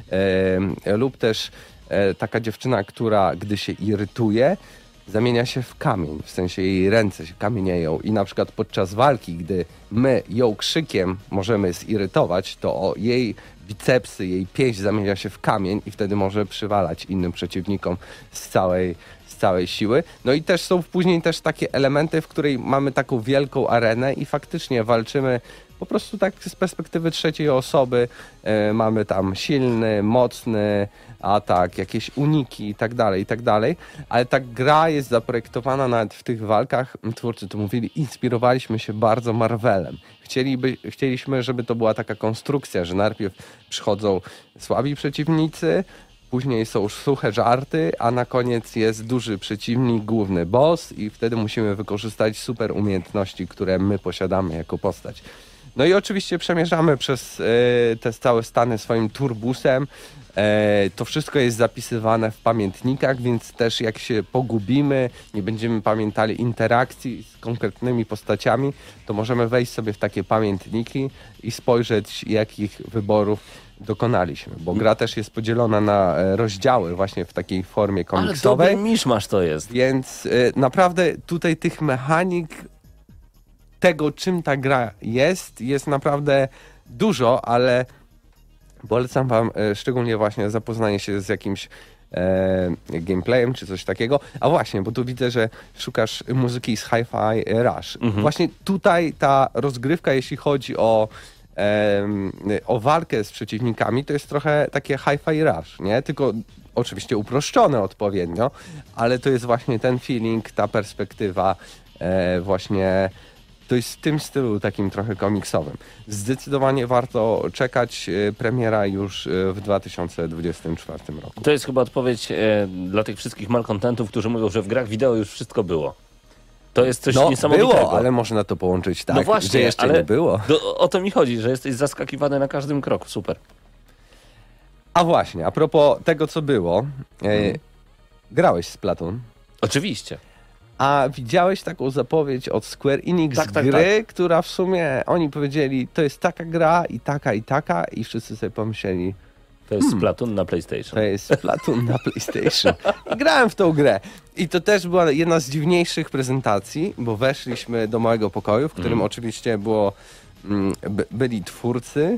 e, lub też e, taka dziewczyna, która gdy się irytuje, zamienia się w kamień, w sensie jej ręce się kamienieją i na przykład podczas walki, gdy my ją krzykiem możemy zirytować, to o jej bicepsy, jej pięść zamienia się w kamień i wtedy może przywalać innym przeciwnikom z całej, z całej siły. No i też są później też takie elementy, w której mamy taką wielką arenę i faktycznie walczymy po prostu tak z perspektywy trzeciej osoby. E, mamy tam silny, mocny atak, jakieś uniki i tak dalej, i tak dalej. Ale ta gra jest zaprojektowana nawet w tych walkach. Twórcy to mówili, inspirowaliśmy się bardzo Marvelem. Chcieliby, chcieliśmy, żeby to była taka konstrukcja, że najpierw przychodzą słabi przeciwnicy, później są suche żarty, a na koniec jest duży przeciwnik, główny boss i wtedy musimy wykorzystać super umiejętności, które my posiadamy jako postać. No i oczywiście przemierzamy przez e, te całe Stany swoim turbusem. E, to wszystko jest zapisywane w pamiętnikach, więc też jak się pogubimy, nie będziemy pamiętali interakcji z konkretnymi postaciami, to możemy wejść sobie w takie pamiętniki i spojrzeć, jakich wyborów dokonaliśmy. Bo gra też jest podzielona na e, rozdziały właśnie w takiej formie Ale komiksowej. dobry miszmasz to jest. Więc y, naprawdę tutaj tych mechanik, tego czym ta gra jest, jest naprawdę dużo, ale polecam wam y, szczególnie właśnie zapoznanie się z jakimś e, gameplayem czy coś takiego. A właśnie, bo tu widzę, że szukasz muzyki z Hi-Fi Rush. Mhm. Właśnie tutaj ta rozgrywka, jeśli chodzi o em, o walkę z przeciwnikami, to jest trochę takie Hi-Fi Rush, nie? Tylko oczywiście uproszczone odpowiednio, ale to jest właśnie ten feeling, ta perspektywa e, właśnie, to jest w tym stylu takim trochę komiksowym. Zdecydowanie warto czekać, e, premiera już e, w dwa tysiące dwudziestym czwartym roku. To jest chyba odpowiedź e, dla tych wszystkich malkontentów, którzy mówią, że w grach wideo już wszystko było. To jest coś No niesamowitego. było, ale można to połączyć tak, no właśnie, że jeszcze ale nie było. Do, o to mi chodzi, że jesteś zaskakiwany na każdym kroku. Super. A właśnie, a propos tego, co było, e, Mhm. grałeś z Splatoon. Oczywiście. A widziałeś taką zapowiedź od Square Enix Tak, tak, gry, która w sumie oni powiedzieli, to jest taka gra i taka i taka i wszyscy sobie pomyśleli, To jest Splatoon na PlayStation. to jest Splatoon na PlayStation. I grałem w tą grę. I to też była jedna z dziwniejszych prezentacji, bo weszliśmy do małego pokoju, w którym Mm. oczywiście było, mm, by, byli twórcy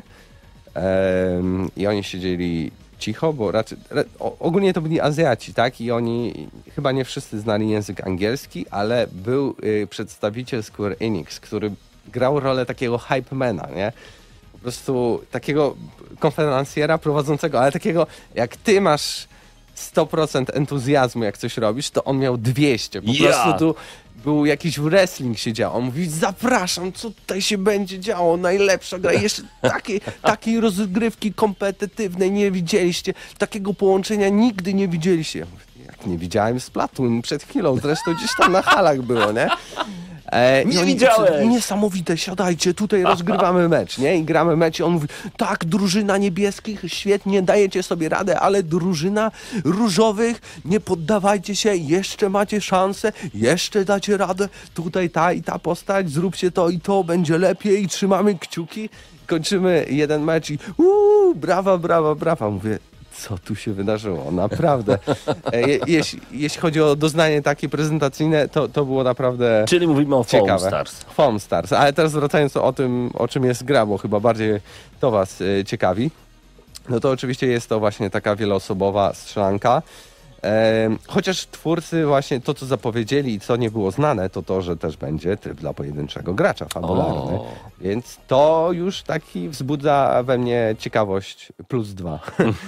em, i oni siedzieli cicho, bo raczej, ra, o, ogólnie to byli Azjaci, tak? I oni chyba nie wszyscy znali język angielski, ale był y, przedstawiciel Square Enix, który grał rolę takiego hypemana, nie? Po prostu takiego konferencjera prowadzącego, ale takiego jak ty masz sto procent entuzjazmu, jak coś robisz, to on miał dwieście. Po Ja. prostu tu był jakiś wrestling się działo. On mówi, zapraszam, co tutaj się będzie działo, najlepsza gra. Jeszcze takiej, takiej rozgrywki kompetytywnej nie widzieliście, takiego połączenia nigdy nie widzieliście. Ja mówię, jak nie widziałem Splatoon przed chwilą, zresztą gdzieś tam na halach było, nie? E, Nie i oni- widziałeś! Niesamowite, siadajcie, tutaj rozgrywamy mecz, nie? I gramy mecz i on mówi, tak, drużyna niebieskich, świetnie, dajecie sobie radę, ale drużyna różowych, nie poddawajcie się, jeszcze macie szansę, jeszcze dacie radę, tutaj ta i ta postać, zróbcie to i to, będzie lepiej, trzymamy kciuki, kończymy jeden mecz i uuu, brawa, brawa, brawa, mówię, co tu się wydarzyło, naprawdę. E, je, jeśli, jeśli chodzi o doznanie takie prezentacyjne, to, to było naprawdę Czyli mówimy o Foam ciekawe. Stars. Foam Stars. Ale teraz wracając o tym, o czym jest gra, bo chyba bardziej to was e, ciekawi, no to oczywiście jest to właśnie taka wieloosobowa strzelanka. E, chociaż twórcy właśnie to, co zapowiedzieli i co nie było znane, to to, że też będzie tryb dla pojedynczego gracza fabularny. O. Więc to już taki wzbudza we mnie ciekawość plus dwa.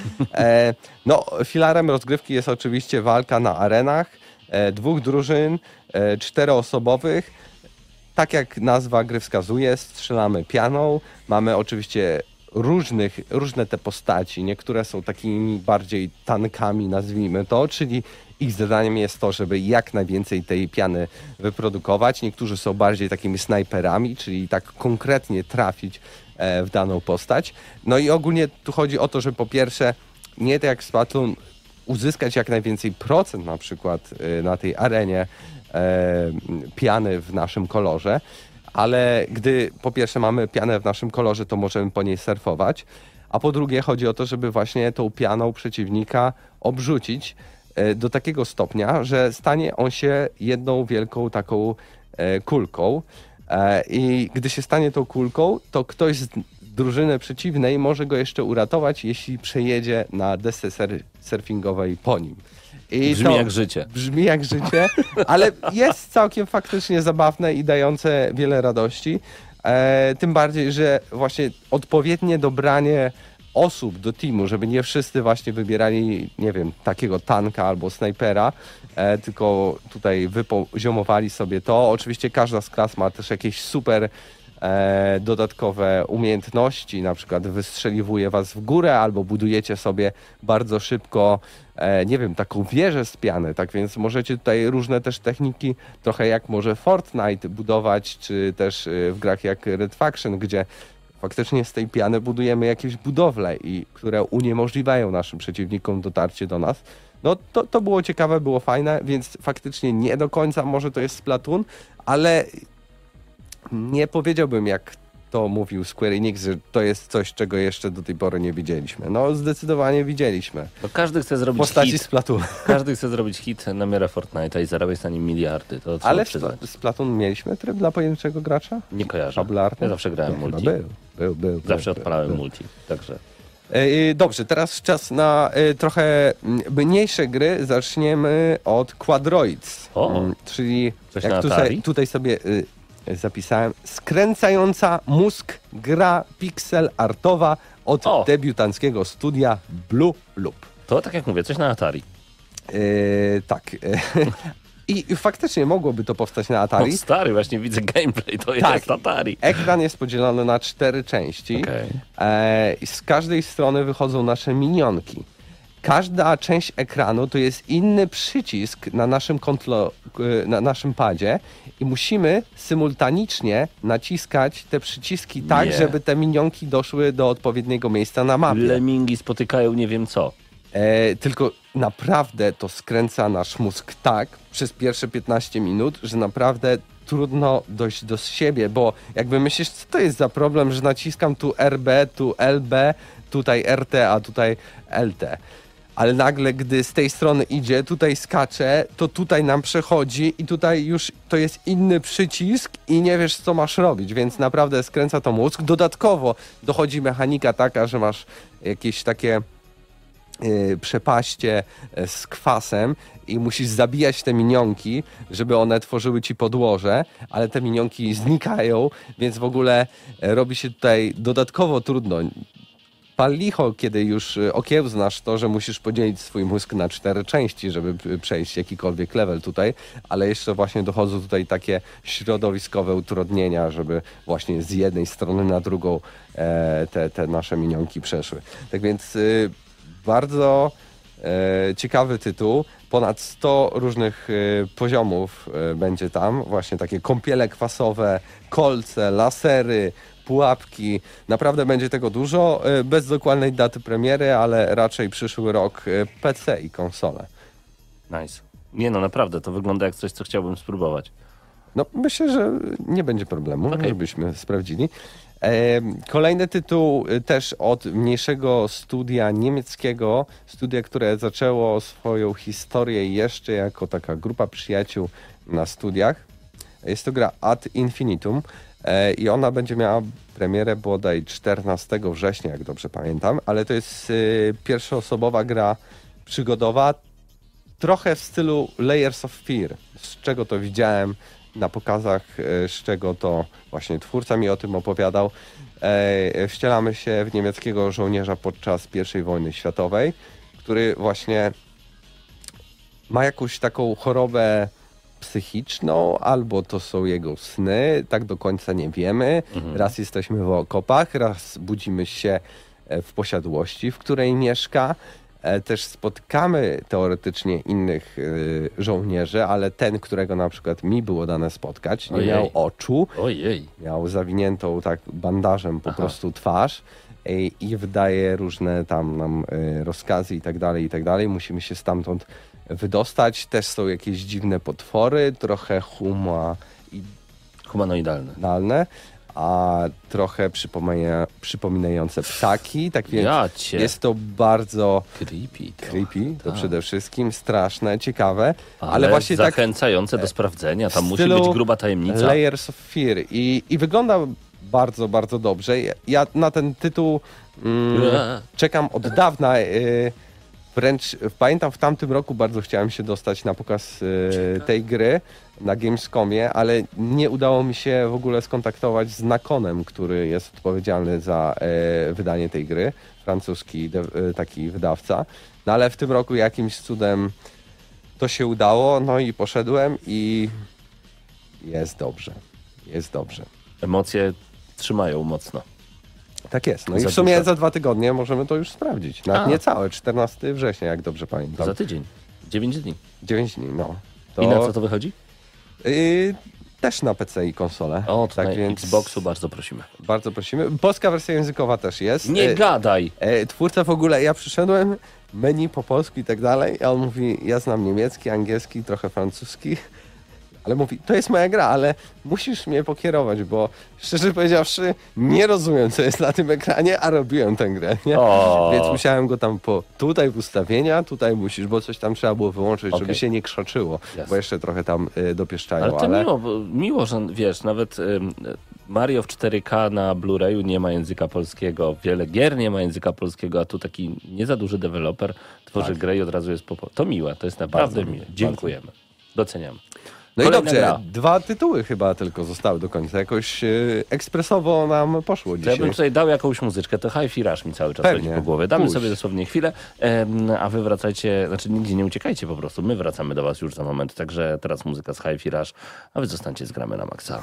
e, no, filarem rozgrywki jest oczywiście walka na arenach e, dwóch drużyn, e, czteroosobowych. Tak jak nazwa gry wskazuje, strzelamy pianą. Mamy oczywiście różnych, różne te postaci. Niektóre są takimi bardziej tankami, nazwijmy to, czyli ich zadaniem jest to, żeby jak najwięcej tej piany wyprodukować. Niektórzy są bardziej takimi snajperami, czyli tak konkretnie trafić e, w daną postać. No i ogólnie tu chodzi o to, że po pierwsze, nie tak jak w Splatoon, uzyskać jak najwięcej procent na przykład e, na tej arenie e, piany w naszym kolorze, ale gdy po pierwsze mamy pianę w naszym kolorze, to możemy po niej surfować, a po drugie chodzi o to, żeby właśnie tą pianą przeciwnika obrzucić e, do takiego stopnia, że stanie on się jedną wielką taką e, kulką e, i gdy się stanie tą kulką, to ktoś z drużyny przeciwnej może go jeszcze uratować, jeśli przejedzie na desce sur- surfingowej po nim. I Brzmi to jak życie. Brzmi jak życie, ale jest całkiem faktycznie zabawne i dające wiele radości. E, tym bardziej, że właśnie odpowiednie dobranie osób do teamu, żeby nie wszyscy właśnie wybierali, nie wiem, takiego tanka albo snajpera, e, tylko tutaj wypoziomowali sobie to. Oczywiście każda z klas ma też jakieś super e, dodatkowe umiejętności, na przykład wystrzeliwuje was w górę albo budujecie sobie bardzo szybko, e, nie wiem, taką wieżę z piany, tak więc możecie tutaj różne też techniki, trochę jak może Fortnite budować, czy też e, w grach jak Red Faction, gdzie faktycznie z tej piany budujemy jakieś budowle, i które uniemożliwiają naszym przeciwnikom dotarcie do nas. No to, to było ciekawe, było fajne, więc faktycznie nie do końca może to jest Splatoon, ale nie powiedziałbym, jak to mówił Square Enix, że to jest coś, czego jeszcze do tej pory nie widzieliśmy. No zdecydowanie widzieliśmy. Bo każdy chce W zrobić postaci hit. Splatoon. Każdy chce zrobić hit na miarę Fortnite'a i zarabiać na nim miliardy. To trzeba Ale w przyznać. Spla- Splatoon mieliśmy tryb dla pojedynczego gracza? Nie kojarzę. Fabularny? Ja zawsze grałem No, chyba multi. Był, był, był. Zawsze był, odpalałem był. multi. Także. E, Dobrze, teraz czas na e, trochę mm, mniejsze gry. Zaczniemy od Quadroids, O. Mm, czyli Coś jak na tutaj, Atari? tutaj sobie y, zapisałem, skręcająca mózg gra pixel artowa od O. debiutanckiego studia Blue Loop. To tak jak mówię, coś na Atari. E, tak. I faktycznie mogłoby to powstać na O, Atari. stary, właśnie widzę gameplay, to Tak. jest Atari. Ekran jest podzielony na cztery części. Okej. E, i z każdej strony wychodzą nasze minionki. Każda część ekranu to jest inny przycisk na naszym, kontro, e, na naszym padzie i musimy symultanicznie naciskać te przyciski tak, Nie. żeby te minionki doszły do odpowiedniego miejsca na mapie. Lemingi spotykają nie wiem co. E, tylko naprawdę to skręca nasz mózg tak przez pierwsze piętnaście minut, że naprawdę trudno dojść do siebie, bo jakby myślisz, co to jest za problem, że naciskam tu R B, tu L B, tutaj R T, a tutaj L T. Ale nagle, gdy z tej strony idzie, tutaj skacze, to tutaj nam przechodzi i tutaj już to jest inny przycisk i nie wiesz, co masz robić, więc naprawdę skręca to mózg. Dodatkowo dochodzi mechanika taka, że masz jakieś takie Yy, przepaście yy, z kwasem i musisz zabijać te minionki, żeby one tworzyły ci podłoże, ale te minionki znikają, więc w ogóle yy, robi się tutaj dodatkowo trudno. Pal licho, kiedy już yy, okiełznasz to, że musisz podzielić swój mózg na cztery części, żeby yy, przejść jakikolwiek level tutaj, ale jeszcze właśnie dochodzą tutaj takie środowiskowe utrudnienia, żeby właśnie z jednej strony na drugą yy, te, te nasze minionki przeszły. Tak więc yy, bardzo e, ciekawy tytuł. Ponad sto różnych e, poziomów e, będzie tam. Właśnie takie kąpiele kwasowe, kolce, lasery, pułapki. Naprawdę będzie tego dużo. E, bez dokładnej daty premiery, ale raczej przyszły rok e, P C i konsole. Nice. Nie no, naprawdę, to wygląda jak coś, co chciałbym spróbować. No myślę, że nie będzie problemu, Okej. żebyśmy sprawdzili. E, Kolejny tytuł y, też od mniejszego studia niemieckiego, studia, które zaczęło swoją historię jeszcze jako taka grupa przyjaciół na studiach. Jest to gra Ad Infinitum e, i ona będzie miała premierę bodaj czternastego września, jak dobrze pamiętam, ale to jest y, pierwszoosobowa gra przygodowa, trochę w stylu Layers of Fear, z czego to widziałem na pokazach, z czego to właśnie twórca mi o tym opowiadał. E, wcielamy się w niemieckiego żołnierza podczas pierwszej wojny światowej, który właśnie ma jakąś taką chorobę psychiczną, albo to są jego sny, tak do końca nie wiemy. Mhm. Raz jesteśmy w okopach, raz budzimy się w posiadłości, w której mieszka. Też spotkamy teoretycznie innych y, żołnierzy, ale ten, którego na przykład mi było dane spotkać, nie Ojej. miał oczu, Ojej. miał zawiniętą tak bandażem po Aha. prostu twarz i, i wydaje różne tam nam y, rozkazy i tak dalej, i tak dalej. Musimy się stamtąd wydostać. Też są jakieś dziwne potwory, trochę Humanoidalne. humanoidalne, a trochę przypomina, przypominające ptaki, tak więc Ja cię. jest to bardzo Creepy. To. creepy, to Tak. przede wszystkim, straszne, ciekawe, ale, Ale, właśnie tak zachęcające do sprawdzenia. Tam w musi stylu być gruba tajemnica. Layers of Fear i, i wygląda bardzo, bardzo dobrze. Ja, ja na ten tytuł mm, Ua. czekam od dawna. Y, wręcz pamiętam, w tamtym roku bardzo chciałem się dostać na pokaz y, tej gry na Gamescomie, ale nie udało mi się w ogóle skontaktować z Nakonem, który jest odpowiedzialny za y, wydanie tej gry. Francuski de, y, taki wydawca. No ale w tym roku jakimś cudem to się udało, no i poszedłem i jest dobrze. Jest dobrze. Emocje trzymają mocno. Tak jest. No i Za w sumie dużo. za dwa tygodnie możemy to już sprawdzić. Nawet A. niecałe, czternastego września, jak dobrze pamiętam. Za tydzień. dziewięć dni. dziewięć dni, no. To, I na co to wychodzi? Yy, też na P C i konsolę. O, to tak na więc Xboxu bardzo prosimy. bardzo prosimy. Polska wersja językowa też jest. Nie E, gadaj! e, Twórca w ogóle, ja przyszedłem, menu po polsku i tak dalej, a on mówi, ja znam niemiecki, angielski, trochę francuski, ale mówi, to jest moja gra, ale musisz mnie pokierować, bo szczerze powiedziawszy, nie rozumiem, co jest na tym ekranie, a robiłem tę grę, nie? O. Więc musiałem go tam po, tutaj w ustawienia, tutaj musisz, bo coś tam trzeba było wyłączyć, Okej. żeby się nie krzaczyło, Jasne. bo jeszcze trochę tam y, dopieszczają, Ale to ale... miło, bo- miło, że wiesz, nawet ym, Mario w cztery K na Blu-rayu nie ma języka polskiego, wiele gier nie ma języka polskiego, a tu taki nie za duży deweloper tworzy Tak. grę i od razu jest po... To miłe, to jest naprawdę Bardzo miłe. miłe, Dziękujemy. Doceniamy. No i Kolejna dobrze, gra. dwa tytuły chyba tylko zostały do końca. Jakoś y, ekspresowo nam poszło To ja dzisiaj. bym tutaj dał jakąś muzyczkę, to Hi-Fi Rush mi cały czas Pewnie. chodzi po głowie. Damy Puść. sobie dosłownie chwilę, em, a wy wracajcie, znaczy nigdzie nie uciekajcie po prostu, my wracamy do was już za moment, także teraz muzyka z Hi-Fi Rush, a wy zostańcie z Gramy na Maxa.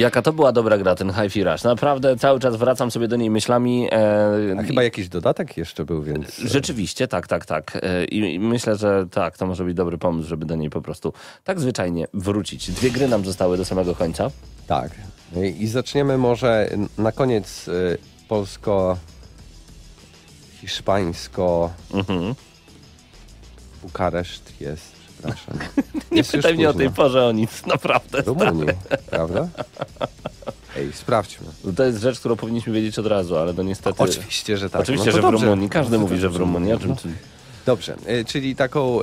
Jaka to była dobra gra, ten Hi-Fi Rush. Naprawdę cały czas wracam sobie do niej myślami. E, A chyba jakiś dodatek jeszcze był, więc... Rzeczywiście, tak, tak, tak. E, I, I myślę, że tak, to może być dobry pomysł, żeby do niej po prostu tak zwyczajnie wrócić. Dwie gry nam zostały do samego końca. Tak. I, i zaczniemy może na koniec y, polsko... hiszpańsko... Mhm. Bukareszt jest, przepraszam. Nie Jest pytaj już mnie o późno. tej porze o nic, naprawdę. Rumunii, prawda? Ej, sprawdźmy. To jest rzecz, którą powinniśmy wiedzieć od razu, ale to niestety... Oczywiście, że tak. Oczywiście, No to że dobrze. w Rumunii. Każdy No to mówi, że w dobrze. Rumunii. O czym ty... Dobrze, y, czyli taką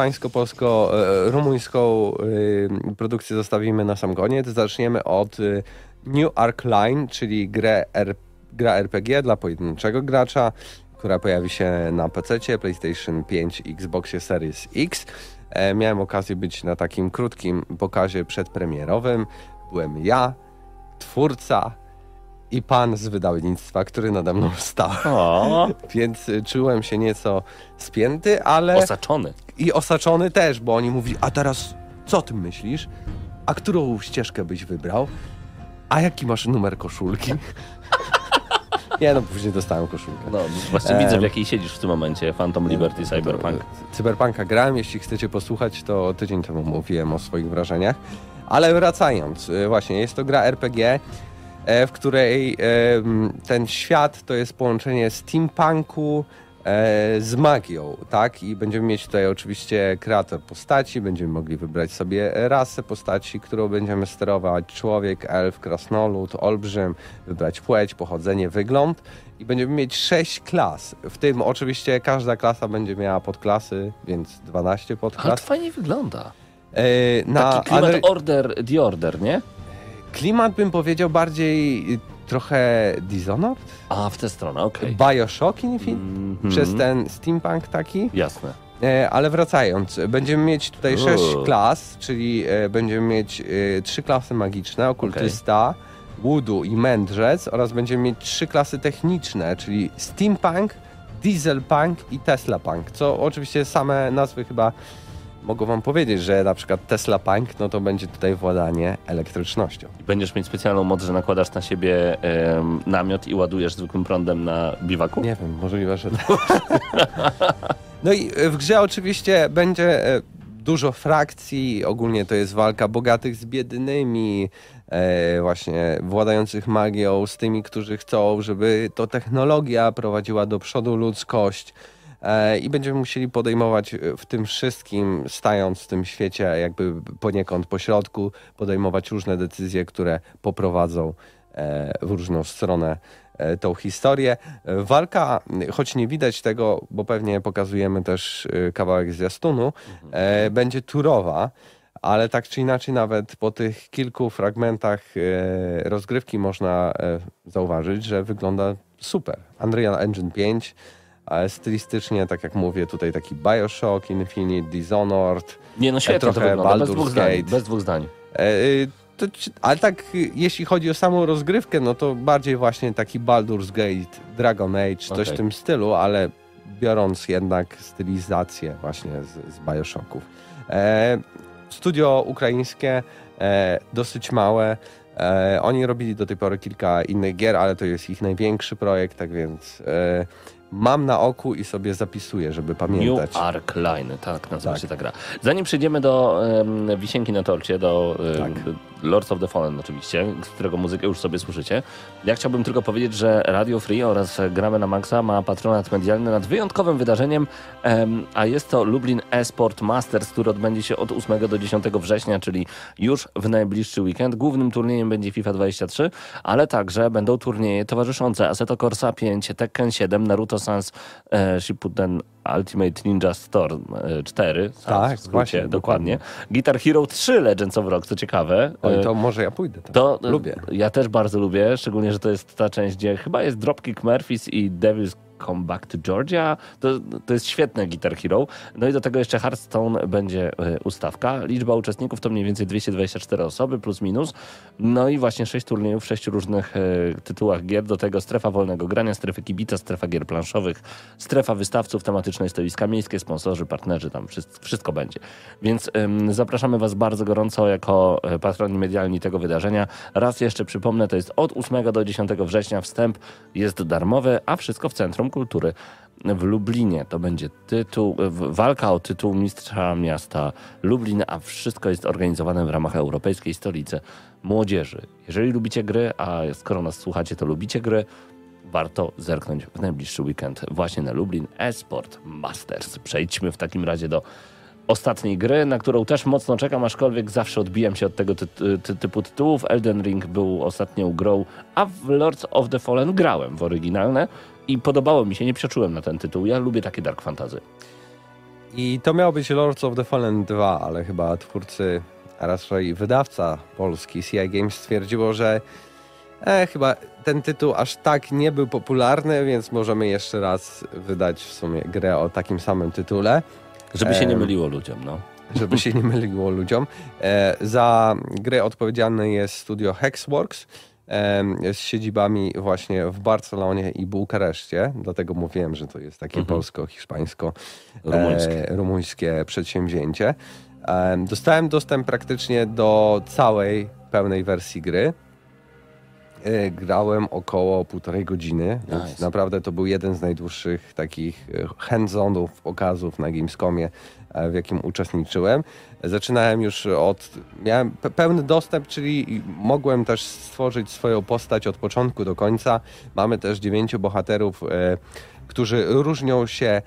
hiszpańsko-polsko-rumuńską y, produkcję zostawimy na sam koniec. Zaczniemy od y, New Arc Line, czyli grę R- gra R P G dla pojedynczego gracza, która pojawi się na pececie, PlayStation pięć, Xboxie Series X. E, miałem okazję być na takim krótkim pokazie przedpremierowym. Byłem ja, twórca i pan z wydawnictwa, który nade mną stał. O, Więc y, czułem się nieco spięty, ale osaczony. i osaczony też, bo oni mówili, a teraz co ty myślisz? A którą ścieżkę byś wybrał? A jaki masz numer koszulki? Nie no, później dostałem koszulkę. No, właśnie widzę, Em. w jakiej siedzisz w tym momencie. Phantom Liberty, Cyberpunk. Cyberpunka grałem, jeśli chcecie posłuchać, to tydzień temu mówiłem o swoich wrażeniach. Ale wracając, y, właśnie, jest to gra R P G, e, w której e, m, ten świat to jest połączenie steampunku e, z magią, tak? I będziemy mieć tutaj oczywiście kreator postaci, będziemy mogli wybrać sobie rasę postaci, którą będziemy sterować, człowiek, elf, krasnolud, olbrzym, wybrać płeć, pochodzenie, wygląd i będziemy mieć sześć klas. W tym oczywiście każda klasa będzie miała podklasy, więc dwanaście Ale to podklas. fajnie wygląda. E, na Taki klimat Unre- Order, The Order, nie? Klimat bym powiedział bardziej y, trochę Dishonored, A, w tę stronę, okej. Bioshock Infinite, Mhm. przez ten steampunk taki. Jasne. E, ale wracając, będziemy mieć tutaj Uuu. sześć klas, czyli e, będziemy mieć e, trzy klasy magiczne, okultysta, voodoo i mędrzec oraz będziemy mieć trzy klasy techniczne, czyli steampunk, dieselpunk i teslapunk, co oczywiście same nazwy chyba mogą wam powiedzieć, że na przykład Tesla Punk, no to będzie tutaj władanie elektrycznością. I będziesz mieć specjalną moc, że nakładasz na siebie em, namiot i ładujesz zwykłym prądem na biwaku? Nie wiem, możliwe, że tak. No i w grze oczywiście będzie e, dużo frakcji, ogólnie to jest walka bogatych z biednymi, e, właśnie władających magią z tymi, którzy chcą, żeby to technologia prowadziła do przodu ludzkość. E, I będziemy musieli podejmować w tym wszystkim, stając w tym świecie jakby poniekąd po środku, podejmować różne decyzje, które poprowadzą e, w różną stronę e, tą historię. E, Walka, choć nie widać tego, bo pewnie pokazujemy też e, kawałek zwiastunu, e, będzie turowa, ale tak czy inaczej nawet po tych kilku fragmentach e, rozgrywki można e, zauważyć, że wygląda super. Unreal Engine pięć, ale stylistycznie, tak jak mówię, tutaj taki Bioshock Infinite, Dishonored, Nie, no świetnie to trochę wygląda, bez Baldur's dwóch zdań. Gate. Bez dwóch zdań. E, to, ci- ale tak, y, jeśli chodzi o samą rozgrywkę, no to bardziej właśnie taki Baldur's Gate, Dragon Age, coś Okej. w tym stylu, ale biorąc jednak stylizację właśnie z, z Bioshocków. E, studio ukraińskie, e, dosyć małe. E, oni robili do tej pory kilka innych gier, ale to jest ich największy projekt, tak więc e, mam na oku i sobie zapisuję, żeby pamiętać. New Arc Line, tak nazywa Tak. się ta gra. Zanim przejdziemy do um, wisienki na torcie, do um, Tak. Lords of the Fallen oczywiście, z którego muzykę już sobie słyszycie, ja chciałbym tylko powiedzieć, że Radio Free oraz Gramy na Maxa ma patronat medialny nad wyjątkowym wydarzeniem, um, a jest to Lublin eSport Masters, który odbędzie się od ósmego do dziesiątego września, czyli już w najbliższy weekend. Głównym turniejem będzie FIFA dwadzieścia trzy, ale także będą turnieje towarzyszące Assetto Corsa pięć, Tekken siedem, Naruto Sans e, Shippuden Ultimate Ninja Storm e, cztery. Sans Tak, w skrócie, właśnie, dokładnie. Guitar Hero trzy Legends of Rock, co ciekawe. Oj, E, to może ja pójdę tam. to e, lubię. Ja też bardzo lubię, szczególnie, że to jest ta część, gdzie chyba jest Dropkick Murphys i Devil's Come Back to Georgia. To, to jest świetne Guitar Hero. No i do tego jeszcze Hearthstone będzie e, ustawka. Liczba uczestników to mniej więcej dwieście dwadzieścia cztery osoby plus minus. No i właśnie sześć turniejów w sześciu różnych e, tytułach gier. Do tego strefa wolnego grania, strefy kibica, strefa gier planszowych, strefa wystawców tematycznych turystycznej, stoiska miejskie, sponsorzy, partnerzy, tam wszystko, wszystko będzie. Więc ym, zapraszamy Was bardzo gorąco jako patroni medialni tego wydarzenia. Raz jeszcze przypomnę, to jest od ósmego do dziesiątego września, wstęp jest darmowy, a wszystko w Centrum Kultury w Lublinie. To będzie tytuł, walka o tytuł mistrza miasta Lublin, a wszystko jest organizowane w ramach Europejskiej Stolicy Młodzieży. Jeżeli lubicie gry, a skoro nas słuchacie, to lubicie gry, warto zerknąć w najbliższy weekend właśnie na Lublin eSport Masters. Przejdźmy w takim razie do ostatniej gry, na którą też mocno czekam, aczkolwiek zawsze odbijam się od tego ty- ty- typu tytułów. Elden Ring był ostatnią grą, a w Lords of the Fallen grałem w oryginalne i podobało mi się, nie przeczyłem na ten tytuł. Ja lubię takie dark fantasy. I to miało być Lords of the Fallen dwa, ale chyba twórcy, a raczej wydawca polski C I Games stwierdziło, że e, chyba ten tytuł aż tak nie był popularny, więc możemy jeszcze raz wydać w sumie grę o takim samym tytule. Żeby się nie myliło ludziom, no. Żeby się nie myliło ludziom. E, za grę odpowiedzialne jest studio Hexworks e, z siedzibami właśnie w Barcelonie i Bukareszcie. Dlatego mówiłem, że to jest takie Mhm. polsko-hiszpańsko-rumuńskie e, rumuńskie przedsięwzięcie. E, dostałem dostęp praktycznie do całej pełnej wersji gry. E, grałem około półtorej godziny, więc Nice. naprawdę to był jeden z najdłuższych takich e, hands-onów, pokazów na Gamescomie, e, w jakim uczestniczyłem. Zaczynałem już od... Miałem pe- pełny dostęp, czyli mogłem też stworzyć swoją postać od początku do końca. Mamy też dziewięciu bohaterów, e, którzy różnią się e,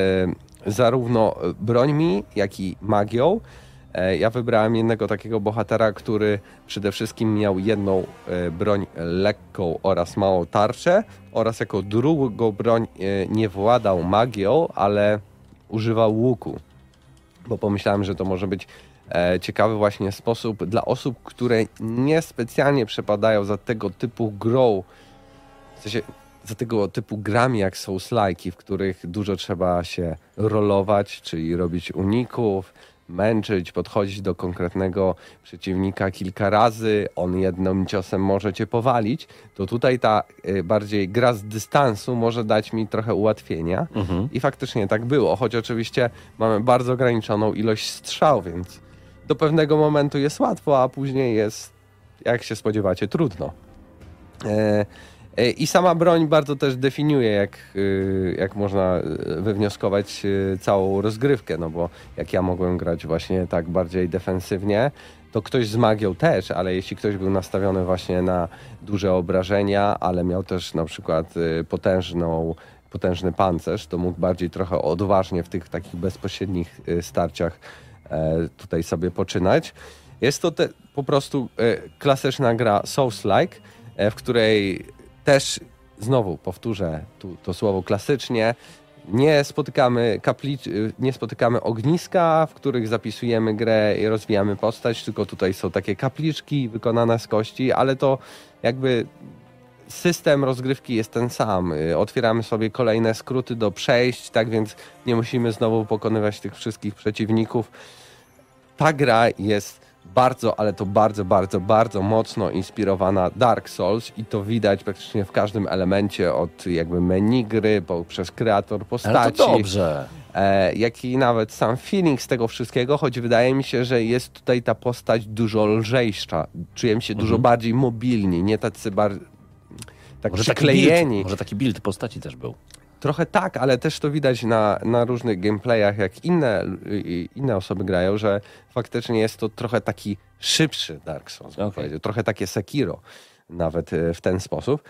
zarówno brońmi, jak i magią. E, Ja wybrałem jednego takiego bohatera, który przede wszystkim miał jedną e, broń lekką oraz małą tarczę, oraz jako drugą broń e, nie władał magią, ale używał łuku. Bo pomyślałem, że to może być e, ciekawy właśnie sposób dla osób, które nie specjalnie przepadają za tego typu grą, w sensie za tego typu grami jak Souls-like'i, w których dużo trzeba się rolować, czyli robić uników, męczyć, podchodzić do konkretnego przeciwnika kilka razy, on jednym ciosem może cię powalić, to tutaj ta y, bardziej gra z dystansu może dać mi trochę ułatwienia. Mhm. I faktycznie tak było, choć oczywiście mamy bardzo ograniczoną ilość strzał, więc do pewnego momentu jest łatwo, a później jest, jak się spodziewacie, trudno. E, e, I sama broń bardzo też definiuje, jak, y, jak można y, wywnioskować y, całą rozgrywkę, no bo jak ja mogłem grać właśnie tak bardziej defensywnie, to ktoś z magią też, ale jeśli ktoś był nastawiony właśnie na duże obrażenia, ale miał też na przykład y, potężną, potężny pancerz, to mógł bardziej trochę odważnie w tych takich bezpośrednich y, starciach e, tutaj sobie poczynać. Jest to te, po prostu e, klasyczna gra Souls-like, e, w której też, znowu powtórzę tu, to słowo klasycznie, nie spotykamy kaplic, nie spotykamy ogniska, w których zapisujemy grę i rozwijamy postać, tylko tutaj są takie kapliczki wykonane z kości, ale to jakby system rozgrywki jest ten sam. Otwieramy sobie kolejne skróty do przejść, tak więc nie musimy znowu pokonywać tych wszystkich przeciwników. Ta gra jest bardzo, ale to bardzo, bardzo, bardzo mocno inspirowana Dark Souls i to widać praktycznie w każdym elemencie, od jakby menu gry, poprzez kreator postaci. Ale to dobrze. E, jak i nawet sam feeling z tego wszystkiego, choć wydaje mi się, że jest tutaj ta postać dużo lżejsza. Czujemy się Mhm. dużo bardziej mobilni, nie tacy bardziej tak Może taki, przyklejeni. build, może taki build postaci też był. Trochę tak, ale też to widać na, na różnych gameplayach, jak inne, i- inne osoby grają, że faktycznie jest to trochę taki szybszy Dark Souls, bym Okej. powiedział. Trochę takie Sekiro, nawet e, w ten sposób.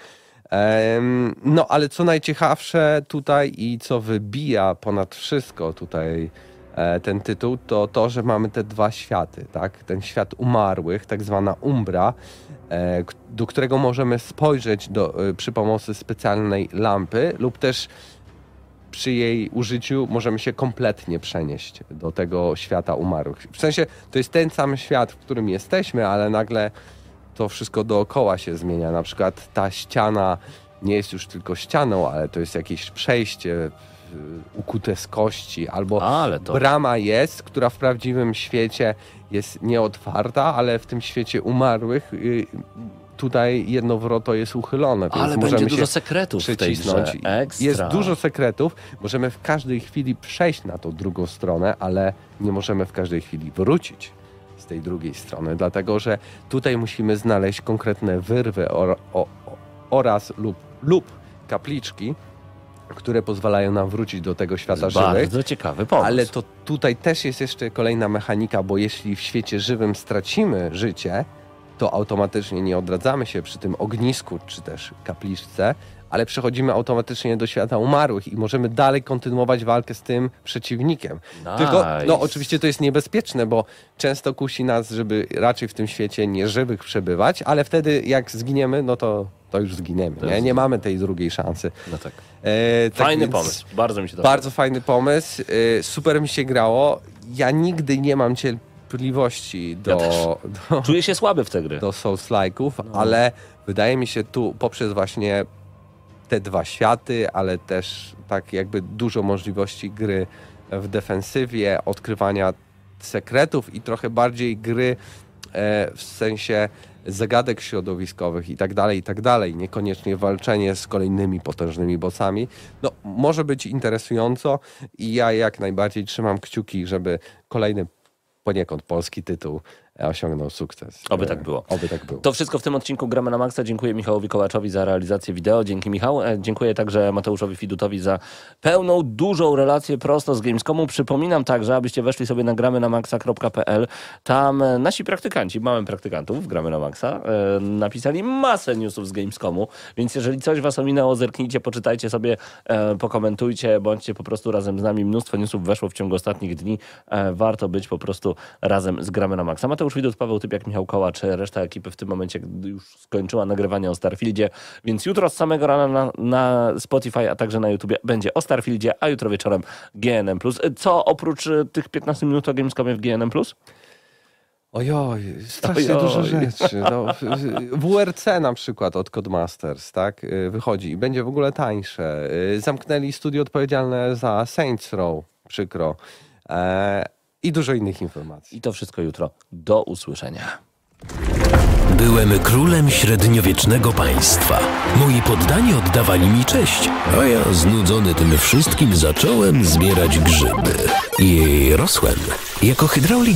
Em, no ale co najciekawsze tutaj i co wybija ponad wszystko tutaj e, ten tytuł, to to, że mamy te dwa światy, tak? Ten świat umarłych, tak zwana Umbra, e, k- do którego możemy spojrzeć do, e, przy pomocy specjalnej lampy lub też przy jej użyciu możemy się kompletnie przenieść do tego świata umarłych. W sensie to jest ten sam świat, w którym jesteśmy, ale nagle to wszystko dookoła się zmienia. Na przykład ta ściana nie jest już tylko ścianą, ale to jest jakieś przejście y, ukute z kości, albo Ale to... brama jest, która w prawdziwym świecie jest nieotwarta, ale w tym świecie umarłych y, tutaj jedno wroto jest uchylone, więc Ale możemy będzie się dużo sekretów w tej przycisnąć. grze. Ekstra. Jest dużo sekretów, możemy w każdej chwili przejść na tą drugą stronę, ale nie możemy w każdej chwili wrócić z tej drugiej strony, dlatego że tutaj musimy znaleźć konkretne wyrwy or, o, o, oraz lub, lub kapliczki, które pozwalają nam wrócić do tego świata żywych. Bardzo ciekawy pomysł. Ale to tutaj też jest jeszcze kolejna mechanika, bo jeśli w świecie żywym stracimy życie, to automatycznie nie odradzamy się przy tym ognisku czy też kapliczce, ale przechodzimy automatycznie do świata umarłych i możemy dalej kontynuować walkę z tym przeciwnikiem. Nice. Tylko, no oczywiście to jest niebezpieczne, bo często kusi nas, żeby raczej w tym świecie nieżywych przebywać, ale wtedy jak zginiemy, no to, to już zginiemy. To Nie? jest- nie mamy tej drugiej szansy. No tak. E, tak Fajny więc- pomysł. Bardzo mi się to Bardzo fajny pomysł, y, super mi się grało. Ja nigdy nie mam cierpliwości do, też. do, Czuję się słaby w te gry. do Souls-like'ów, ale wydaje mi się tu poprzez właśnie te dwa światy, ale też tak jakby dużo możliwości gry w defensywie, odkrywania sekretów i trochę bardziej gry e, w sensie zagadek środowiskowych i tak dalej, i tak dalej. Niekoniecznie walczenie z kolejnymi potężnymi bossami. No, może być interesująco i ja jak najbardziej trzymam kciuki, żeby kolejny poniekąd polski tytuł osiągnął sukces. Oby tak było. Oby tak było. To wszystko w tym odcinku Gramy na Maxa. Dziękuję Michałowi Kołaczowi za realizację wideo. Dzięki Michał. E, Dziękuję także Mateuszowi Fidutowi za pełną, dużą relację prosto z Gamescomu. Przypominam także, abyście weszli sobie na gramy na maxa kropka p l. Tam e, nasi praktykanci, mamy praktykantów w Gramy na Maxa, e, napisali masę newsów z Gamescomu, więc jeżeli coś was ominęło, zerknijcie, poczytajcie sobie, e, pokomentujcie, bądźcie po prostu razem z nami. Mnóstwo newsów weszło w ciągu ostatnich dni. E, warto być po prostu razem z Gramy na Maxa. Mateusz Widut, Paweł Typiak, Michał Kołacz, reszta ekipy w tym momencie już skończyła nagrywanie o Starfieldzie, więc jutro z samego rana na, na Spotify, a także na YouTubie będzie o Starfieldzie, a jutro wieczorem G N M plus. Co oprócz e, tych piętnastu minut o Gamescomie w G N M plus? Ojoj, strasznie Ojoj. dużo rzeczy. No, w- w R C na przykład od Codemasters, tak, y, wychodzi i będzie w ogóle tańsze. Y, Zamknęli studio odpowiedzialne za Saints Row, przykro. E, I dużo innych informacji. I to wszystko jutro. Do usłyszenia. Byłem królem średniowiecznego państwa. Moi poddani oddawali mi cześć, a ja znudzony tym wszystkim zacząłem zbierać grzyby. I rosłem. Jako hydraulik